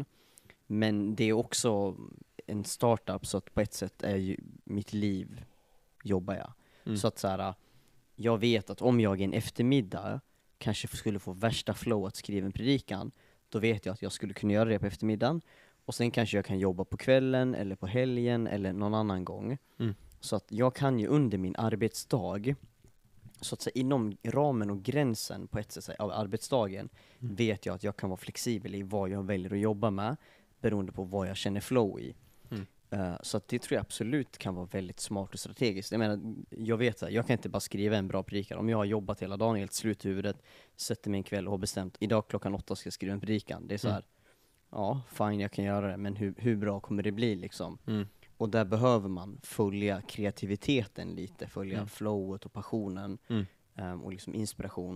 Men det är också en startup, så att på ett sätt är ju mitt liv jobbar jag. Mm. Så att så här, jag vet att om jag en eftermiddag kanske skulle få värsta flow att skriva en predikan, då vet jag att jag skulle kunna göra det på eftermiddagen. Och sen kanske jag kan jobba på kvällen eller på helgen eller någon annan gång. Mm. Så att jag kan ju under min arbetsdag, så att säga inom ramen och gränsen på ett sätt av arbetsdagen, mm. vet jag att jag kan vara flexibel i vad jag väljer att jobba med, beroende på vad jag känner flow i. Mm. Uh, så att det tror jag absolut kan vara väldigt smart och strategiskt. Jag menar, jag vet att jag kan inte bara skriva en bra predikan. Om jag har jobbat hela dagen, helt slut i huvudet, sätter mig en kväll och har bestämt, idag klockan åtta ska jag skriva en predikan. Det är så här, mm. ja, fine, jag kan göra det, men hur, hur bra kommer det bli liksom? Mm. Och där behöver man följa kreativiteten lite, följa mm. flowet och passionen, mm. um, och liksom inspiration.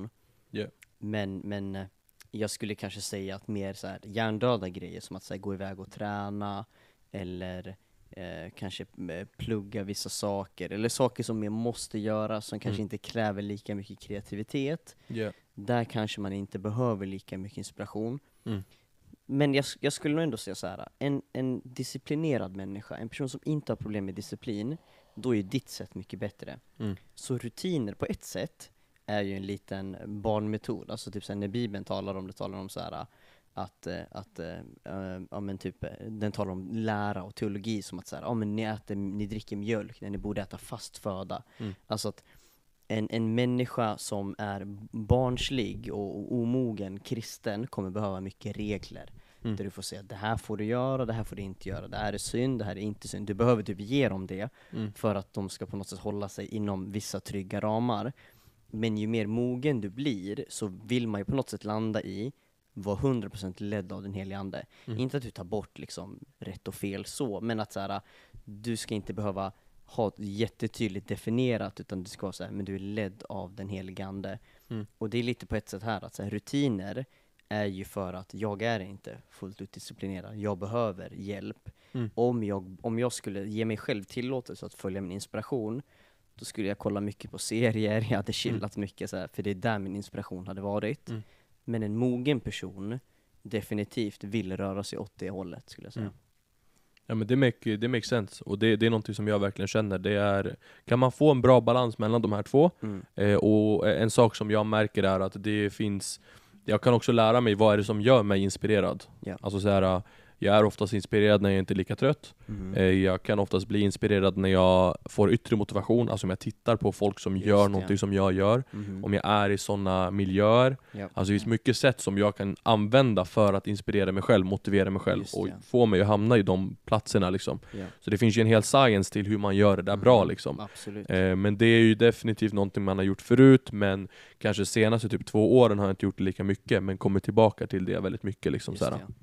Yeah. Men, men eh, jag skulle kanske säga att mer så här hjärndöda grejer som att så här, gå iväg och träna eller eh, kanske eh, plugga vissa saker eller saker som jag måste göra som kanske Mm. inte kräver lika mycket kreativitet. Yeah. Där kanske man inte behöver lika mycket inspiration. Mm. Men jag, jag skulle nog ändå säga så här: en, en disciplinerad människa, en person som inte har problem med disciplin, då är ditt sätt mycket bättre. Mm. Så rutiner på ett sätt är ju en liten barnmetod. Alltså typ så här, när Bibeln talar om det, talar om så här att, eh, att äh, ja men typ, den talar om lära och teologi som att så här, ja men ni äter, ni dricker mjölk när ni borde äta fast föda. Mm. Alltså att en, en människa som är barnslig och, och omogen kristen kommer behöva mycket regler. Mm. Där du får säga, det här får du göra, det här får du inte göra, det här är synd, det här är inte synd. Du behöver typ ge dem det Mm. för att de ska på något sätt hålla sig inom vissa trygga ramar. Men ju mer mogen du blir så vill man ju på något sätt landa i vara hundra procent ledd av den helige ande. Mm. Inte att du tar bort liksom rätt och fel så, men att så här, du ska inte behöva ha jättetydligt definierat, utan du ska vara så här, men du är ledd av den helige ande. Mm. Och det är lite på ett sätt här att så här, rutiner är ju för att jag är inte fullt ut disciplinerad. Jag behöver hjälp. Mm. Om jag, om jag skulle ge mig själv tillåtelse att följa min inspiration, då skulle jag kolla mycket på serier, jag hade chillat mm. mycket så här, för det är där min inspiration hade varit. Mm. Men en mogen person definitivt vill röra sig åt det hållet, skulle jag säga. Mm. Ja, men det make, det makes sense. Och det, det är någonting som jag verkligen känner. Det är, kan man få en bra balans mellan de här två? Mm. Eh, och en sak som jag märker är att det finns, jag kan också lära mig vad är det som gör mig inspirerad. Ja. Alltså så här, jag är oftast inspirerad när jag inte är lika trött. Mm. Eh, jag kan oftast bli inspirerad när jag får yttre motivation. Alltså om jag tittar på folk som Just gör det. någonting som jag gör. Mhm. Om jag är i sådana miljöer. Ja. Alltså det finns mycket sätt som jag kan använda för att inspirera mig själv, motivera mig själv Just och det. få mig att hamna i de platserna liksom. Ja. Så det finns ju en hel science till hur man gör det där bra Mm. liksom. Absolut. Eh, men det är ju definitivt någonting man har gjort förut, men kanske senaste typ två åren har jag inte gjort det lika mycket, men kommer tillbaka till det väldigt mycket liksom. Just Såhär. det, ja.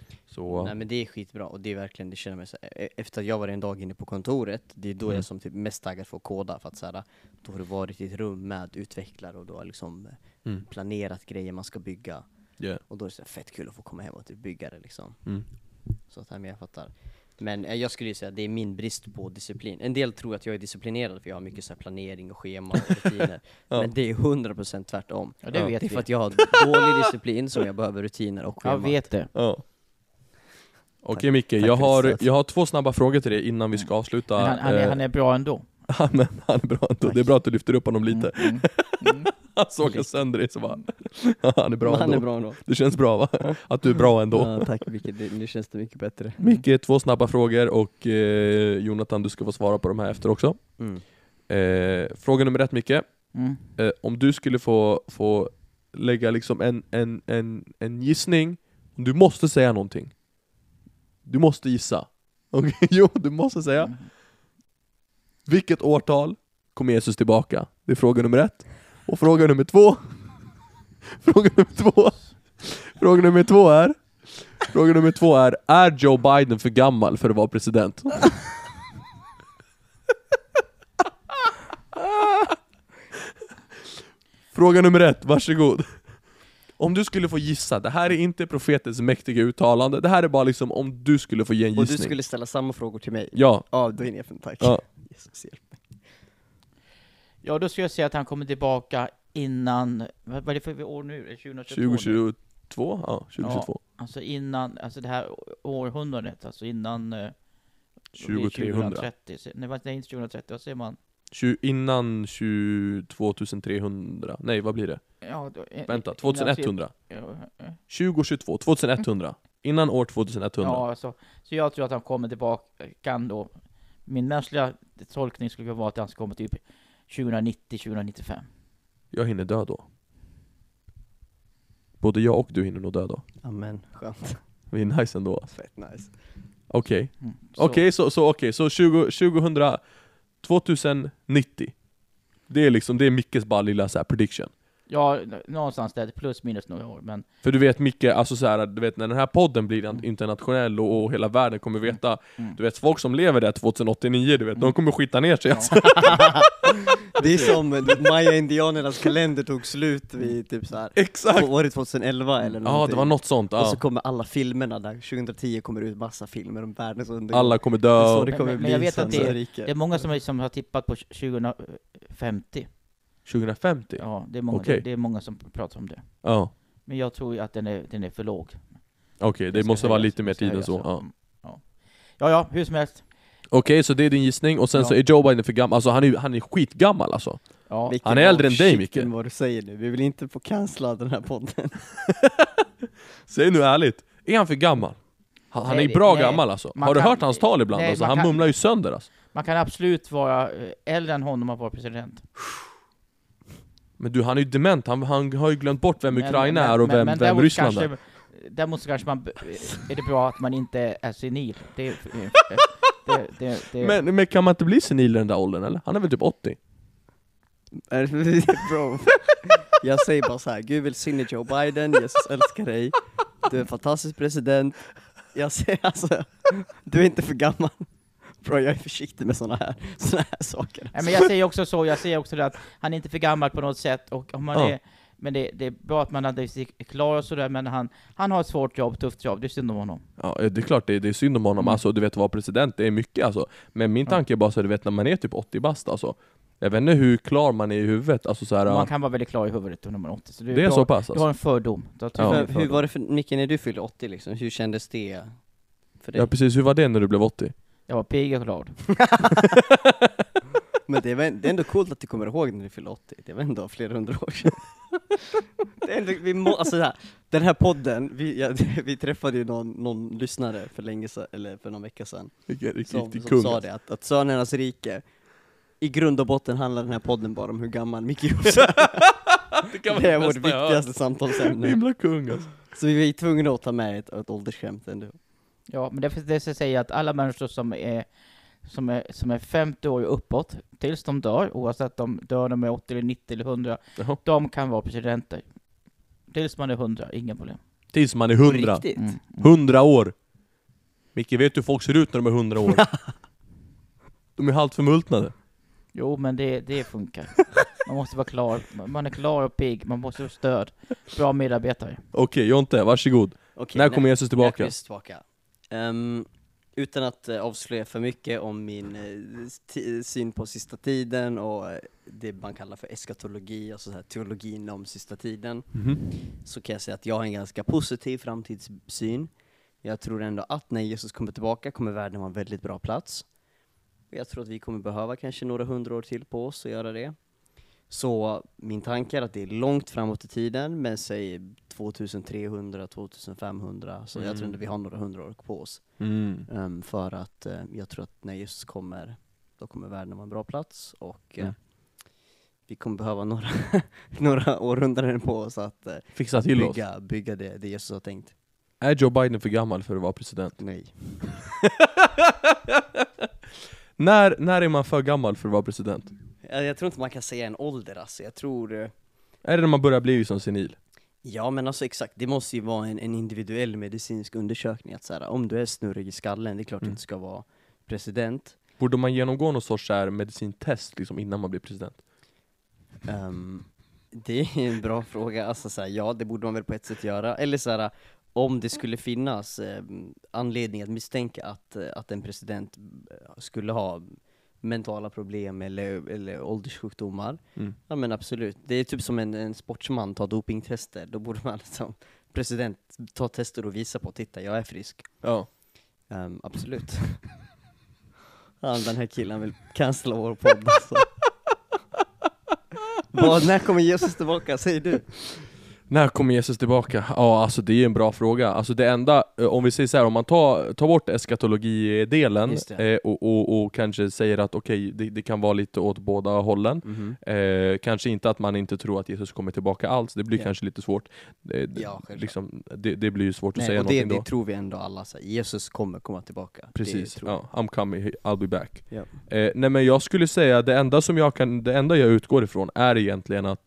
Så, Nej men det är skitbra, och det är verkligen, det känner mig så här, efter att jag var en dag inne på kontoret, det är då Mm. jag som typ mest taggad för att koda, för att så här, då har du varit i ett rum med utvecklare och du har liksom mm, planerat grejer man ska bygga, yeah, och då är det så här fett kul att få komma hem och typ bygga det liksom. mm, Så att här, men jag fattar. Men eh, jag skulle ju säga att det är min brist på disciplin. En del tror att jag är disciplinerad för jag har mycket så här planering och schema och rutiner. Ja. Men det är hundra procent tvärtom. Ja, det Ja. vet Det är vi. för att jag har dålig disciplin som jag behöver rutiner och schema. Jag vet det. ja. Okej Tack- Micke, tack jag för har, ditt stöd. jag har två snabba frågor till dig innan vi ska avsluta. Men han, han, är, Eh, han är bra ändå. ja, men han är bra ändå. Det är bra att du lyfter upp honom lite. Mm, mm, Han sågar sönder dig så bara, han är bra Men han ändå. är bra ändå. Det känns bra va? Att du är bra ändå. Ja, tack Micke, det, nu känns det mycket bättre. Micke, två snabba frågor och eh, Jonathan, du ska få svara på de här efter också. Mm. Eh, fråga nummer ett Micke. mm. Eh, om du skulle få, få lägga liksom en, en, en, en gissning, du måste säga någonting. Du måste gissa. Okej, jo, du måste säga. Mm. Vilket årtal kommer Jesus tillbaka? Det är fråga nummer ett. Och fråga nummer två. Fråga nummer två. Fråga nummer två är. Fråga nummer två är. Är Joe Biden för gammal för att vara president? Fråga nummer ett, varsågod. Om du skulle få gissa, det här är inte profetens mäktiga uttalande. Det här är bara liksom om du skulle få ge en Och gissning. du skulle ställa samma frågor till mig? Ja, Ja, då är ni för tack. ja. Jesus, hjälp mig. Ja, då ska jag säga att han kommer tillbaka innan, vad vad är det för år nu? Är det tjugohundratjugotvå? tjugo tjugotvå? Ja, tjugo tjugotvå. Alltså innan, alltså det här århundradet, alltså innan eh, tjugotrehundra. tjugohundratrettio. Se- Nej, vad- nej, inte tjugohundratrettio, vad säger man? tjugo, innan tjugotvå trehundra. Nej, vad blir det? Ja, då, eh, Vänta, innan- tjugoetthundra. Ja, eh, tjugo tjugotvå, tjugoetthundra. Innan år tjugoetthundra. ja, alltså, så jag tror att han kommer tillbaka, kan då, min mänskliga tolkning skulle vara att han ska komma typ tjugohundranittio tjugohundranittiofem. Jag hinner dö då. Både jag och du hinner nog dö då. Amen, skönt. Vi är nice ändå. Fett nice. Okej. Mm, så- Okej, så, så okej, så tjugo, tjugohundra, tjugohundranittio. Det är liksom, det är Mickes bara lilla så här prediction. Ja, någonstans där, plus minus några år. Men... För du vet mycket, alltså så här, du vet när den här podden blir internationell och, och hela världen kommer veta, mm. du vet folk som lever där tjugohundraåttionio, du vet, mm. de kommer skita ner sig. Alltså. Det är som Maya-indianernas kalender tog slut vid typ så här. Exakt. På året tjugoelva eller någonting. Ja, det var något sånt. Ja. Och så kommer alla filmerna där, tjugohundratio kommer det ut massa filmer om världens undergång. Alla kommer dö. Så det kommer men, bli men jag vet att det är, det är många som, som har tippat på tjugohundrafemtio. tjugohundrafemtio? Ja, det är många, okay. det, det är många som pratar om det. Ja. Men jag tror ju att den är, den är för låg. Okej, okay, det måste höjas, vara lite mer tid än så. Ja. Ja. ja, ja, hur som helst. Okej, okay, så det är din gissning. Och sen ja. så är Joe Biden för gammal. Alltså han är, han är skitgammal alltså. Ja. Han är äldre än dig, Micke. Vad du säger nu. Vi vill inte få cancella den här podden. Säg nu ärligt. Är han för gammal? Han, han är ju bra nej, gammal alltså. Har du kan, hört hans tal ibland? Nej, alltså? Han kan, mumlar ju sönder alltså. Man kan absolut vara äldre än honom att vara president. Men du, han är ju dement. Han, han har ju glömt bort vem men, Ukraina men, är och men, vem, men vem Ryssland kanske, är. Däremot så kanske man, är det bra att man inte är senil. Det, det, det, det. Men, men kan man inte bli senil i den där åldern, eller? Han är väl typ åttio? Bro, jag säger bara så här: Gud välsigne Joe Biden, Jesus älskar dig. Du är en fantastisk president. Jag säger alltså, du är inte för gammal. Bro, jag är försiktig med såna här, såna här saker. Nej, men jag säger också så, jag säger också det att han är inte för gammal på något sätt. Och om man ja. är, men det, det är bra att man hade sig klar och sådär, men han, han har ett svårt jobb, tufft jobb, det är synd om honom. Ja, det är klart, det är, det är synd om honom. Mm. Alltså, du vet, att vara president, det är mycket alltså. Men min tanke ja. är bara så, du vet, när man är typ åttio bast alltså. Jag vet inte hur klar man är i huvudet. Alltså, så här, man kan vara väldigt klar i huvudet när man är åttio. Så det är, det är bra, så pass alltså. Du har en fördom. Ja. Hur, hur var det för Micke när du fyllde åttio liksom? Hur kändes det för dig? Ja precis, hur var det när du blev åttio? Jag var pigg och glad. Men det, var, det är ändå coolt att du kommer ihåg när du fyllde åttio. Det var ändå flera hundra år sedan. Det är ändå, vi må, alltså det här, den här podden, vi, ja, vi träffade ju någon, någon lyssnare för länge sedan, eller för någon vecka sedan. Vilken som, som sa det, att, att Sönernas rike, i grund och botten handlar den här podden bara om hur gammal Micke Jonsson det, kan det är vårt viktigaste samtalsämne. Himla kung alltså. Så vi var tvungna att ta med ett, ett åldersskämt ändå. Ja, men det, det ska säga att alla människor som är, som är, som är femtio år uppåt, tills de dör, oavsett om dör de är åttio eller nittio eller hundra, Jaha. de kan vara presidenter. Tills man är hundra, inga problem. Tills man är hundra? Riktigt? Mm. hundra år. Micke, vet du hur folk ser ut när de är hundra år? De är halvt förmultnade. Jo, men det, det funkar. Man måste vara klar. Man är klar och pigg. Man måste ha stöd. Bra medarbetare. Okej, okay, Jonte, varsågod. Okay, när kommer Jesus tillbaka? När tillbaka? Um, utan att uh, avslöja för mycket om min uh, t- syn på sista tiden och uh, det man kallar för eskatologi, alltså så här, teologin om sista tiden, mm-hmm. så kan jag säga att jag har en ganska positiv framtidssyn. Jag tror ändå att när Jesus kommer tillbaka kommer världen vara en väldigt bra plats. Jag tror att vi kommer behöva kanske några hundra år till på oss att göra det. Så min tanke är att det är långt framåt i tiden, men säg tjugotrehundra till tjugofemhundra, så mm. jag tror inte vi har några hundra år på oss. Mm. Um, för att uh, jag tror att när Jesus kommer, då kommer världen vara en bra plats, och uh, mm. vi kommer behöva några, några århundraden på oss att uh, fixa till bygga, oss. bygga det, det Jesus har tänkt. Är Joe Biden för gammal för att vara president? Nej. när, när är man för gammal för att vara president? Jag, jag tror inte man kan säga en ålder, alltså. Jag tror... Uh... Är det när man börjar bli som senil? Ja, men alltså exakt. Det måste ju vara en, en individuell medicinsk undersökning. Att så här, om du är snurrig i skallen, det är klart mm. du inte ska vara president. Borde man genomgå någon sorts här medicintest liksom, innan man blir president? Um, det är en bra fråga. Alltså, så här, ja, det borde man väl på ett sätt göra. Eller så här, om det skulle finnas eh, anledning att misstänka att, att en president skulle ha mentala problem eller, eller ålderssjukdomar. Mm. Ja, men absolut. Det är typ som en, en sportsman tar dopingtester. Då borde man som president ta tester och visa på, titta, jag är frisk. Ja. Um, absolut. Ja, den här killen vill cancella vår podd. Alltså. Vad, när kommer Jesus tillbaka, säger du? När kommer Jesus tillbaka? Ja, alltså det är en bra fråga. Alltså det enda, om vi säger så här, om man tar, tar bort eskatologidelen eh, och, och, och kanske säger att okej, okay, det, det kan vara lite åt båda hållen. Mm-hmm. Eh, kanske inte att man inte tror att Jesus kommer tillbaka alls. Det blir yeah. kanske lite svårt. Det, ja, liksom, det, det blir ju svårt Nej, att säga och någonting det, då. Det tror vi ändå alla. Så Jesus kommer komma tillbaka. Precis, ja, I'm coming, I'll be back. Yeah. Eh, nej men jag skulle säga, det enda som jag kan, det enda jag utgår ifrån är egentligen att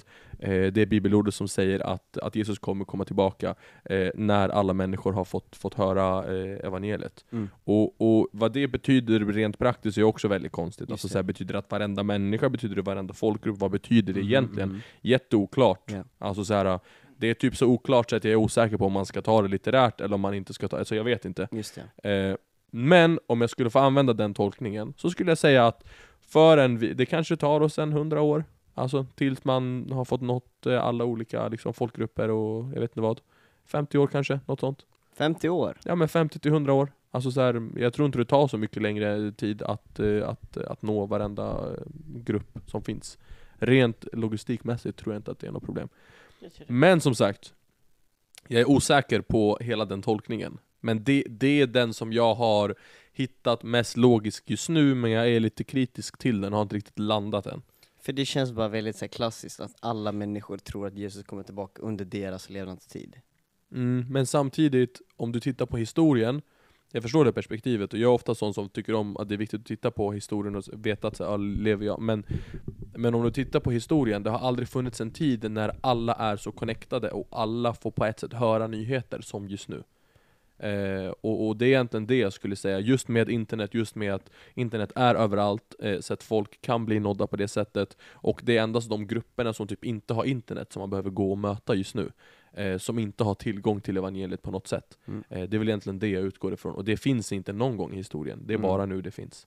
Eh, det är bibelordet som säger att, att Jesus kommer komma tillbaka eh, när alla människor har fått, fått höra eh, evangeliet. Mm. Och, och vad det betyder rent praktiskt är också väldigt konstigt. Alltså, det. så här, betyder det att varenda människa, betyder det varenda folkgrupp, vad betyder det Mm, egentligen? mm. Jätteoklart. Ja. Alltså så här, det är typ så oklart så att jag är osäker på om man ska ta det litterärt eller om man inte ska ta det, alltså jag vet inte. Just det. Eh, men om jag skulle få använda den tolkningen så skulle jag säga att för en, vi- det kanske tar oss en hundra år, alltså tills man har fått nått eh, alla olika liksom, folkgrupper och jag vet inte vad, femtio år kanske, något sånt. femtio år? Ja men femtio till hundra år. Alltså så här, jag tror inte det tar så mycket längre tid att, eh, att, att nå varenda eh, grupp som finns. Rent logistikmässigt tror jag inte att det är något problem. Men som sagt, jag är osäker på hela den tolkningen. Men det, det är den som jag har hittat mest logisk just nu, men jag är lite kritisk till den och har inte riktigt landat än. För det känns bara väldigt så här, klassiskt att alla människor tror att Jesus kommer tillbaka under deras levnadstid. Mm, men samtidigt, om du tittar på historien, jag förstår det perspektivet och jag är ofta sån som tycker om att det är viktigt att titta på historien och veta att så, ja, lever jag. Men, men om du tittar på historien, det har aldrig funnits en tid när alla är så connectade och alla får på ett sätt höra nyheter som just nu. Eh, och, och det är egentligen det jag skulle säga, just med internet, just med att internet är överallt, eh, så att folk kan bli nådda på det sättet. Och det är endast de grupperna som typ inte har internet som man behöver gå och möta just nu. Eh, som inte har tillgång till evangeliet på något sätt. Mm. Eh, det är väl egentligen det jag utgår ifrån. Och det finns inte någon gång i historien. Det är Mm. bara nu det finns.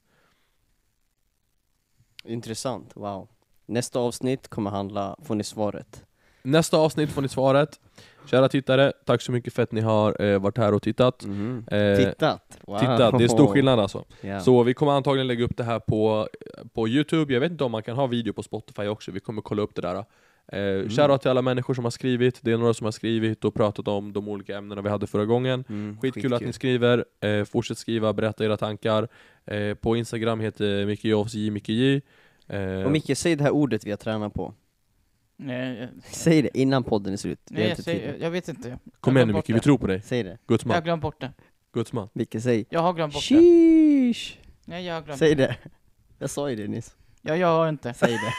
Intressant, wow. Nästa avsnitt kommer handla, får ni svaret. Nästa avsnitt får ni svaret. Kära tittare, tack så mycket för att ni har eh, varit här och tittat. Mhm. Eh, Tittat, wow. Tittat, det är stor skillnad alltså. Ja. Så vi kommer antagligen lägga upp det här på, på YouTube. Jag vet inte om man kan ha video på Spotify också. Vi kommer kolla upp det där. Eh, Mm. Shoutout till alla människor som har skrivit. Det är några som har skrivit och pratat om de olika ämnena vi hade förra gången. Mm, Skitkul att ni skriver. Eh, fortsätt skriva, berätta era tankar. Eh, på Instagram heter Micke Jofs J Micke J. Eh, Och Micke, säg det här ordet vi har tränat på. Nej, jag, Säg det innan podden är slut. Vi har nej jag, inte säger, tid. jag vet inte. Jag kom har igen nu glömt Micke, bort vi tror på dig. Säg det. Guds det. Jag har man. glömt bort det. Guds man. Micke, säg. Jag har glömt bort det. Sheesh. Nej, jag har glömt Säg det. det. Jag sa ju det nyss. Ja, jag har inte. Säg det.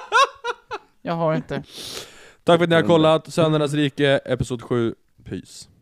Jag har inte. Tack för att ni har kollat. Söndernas rike, episod sju. Peace.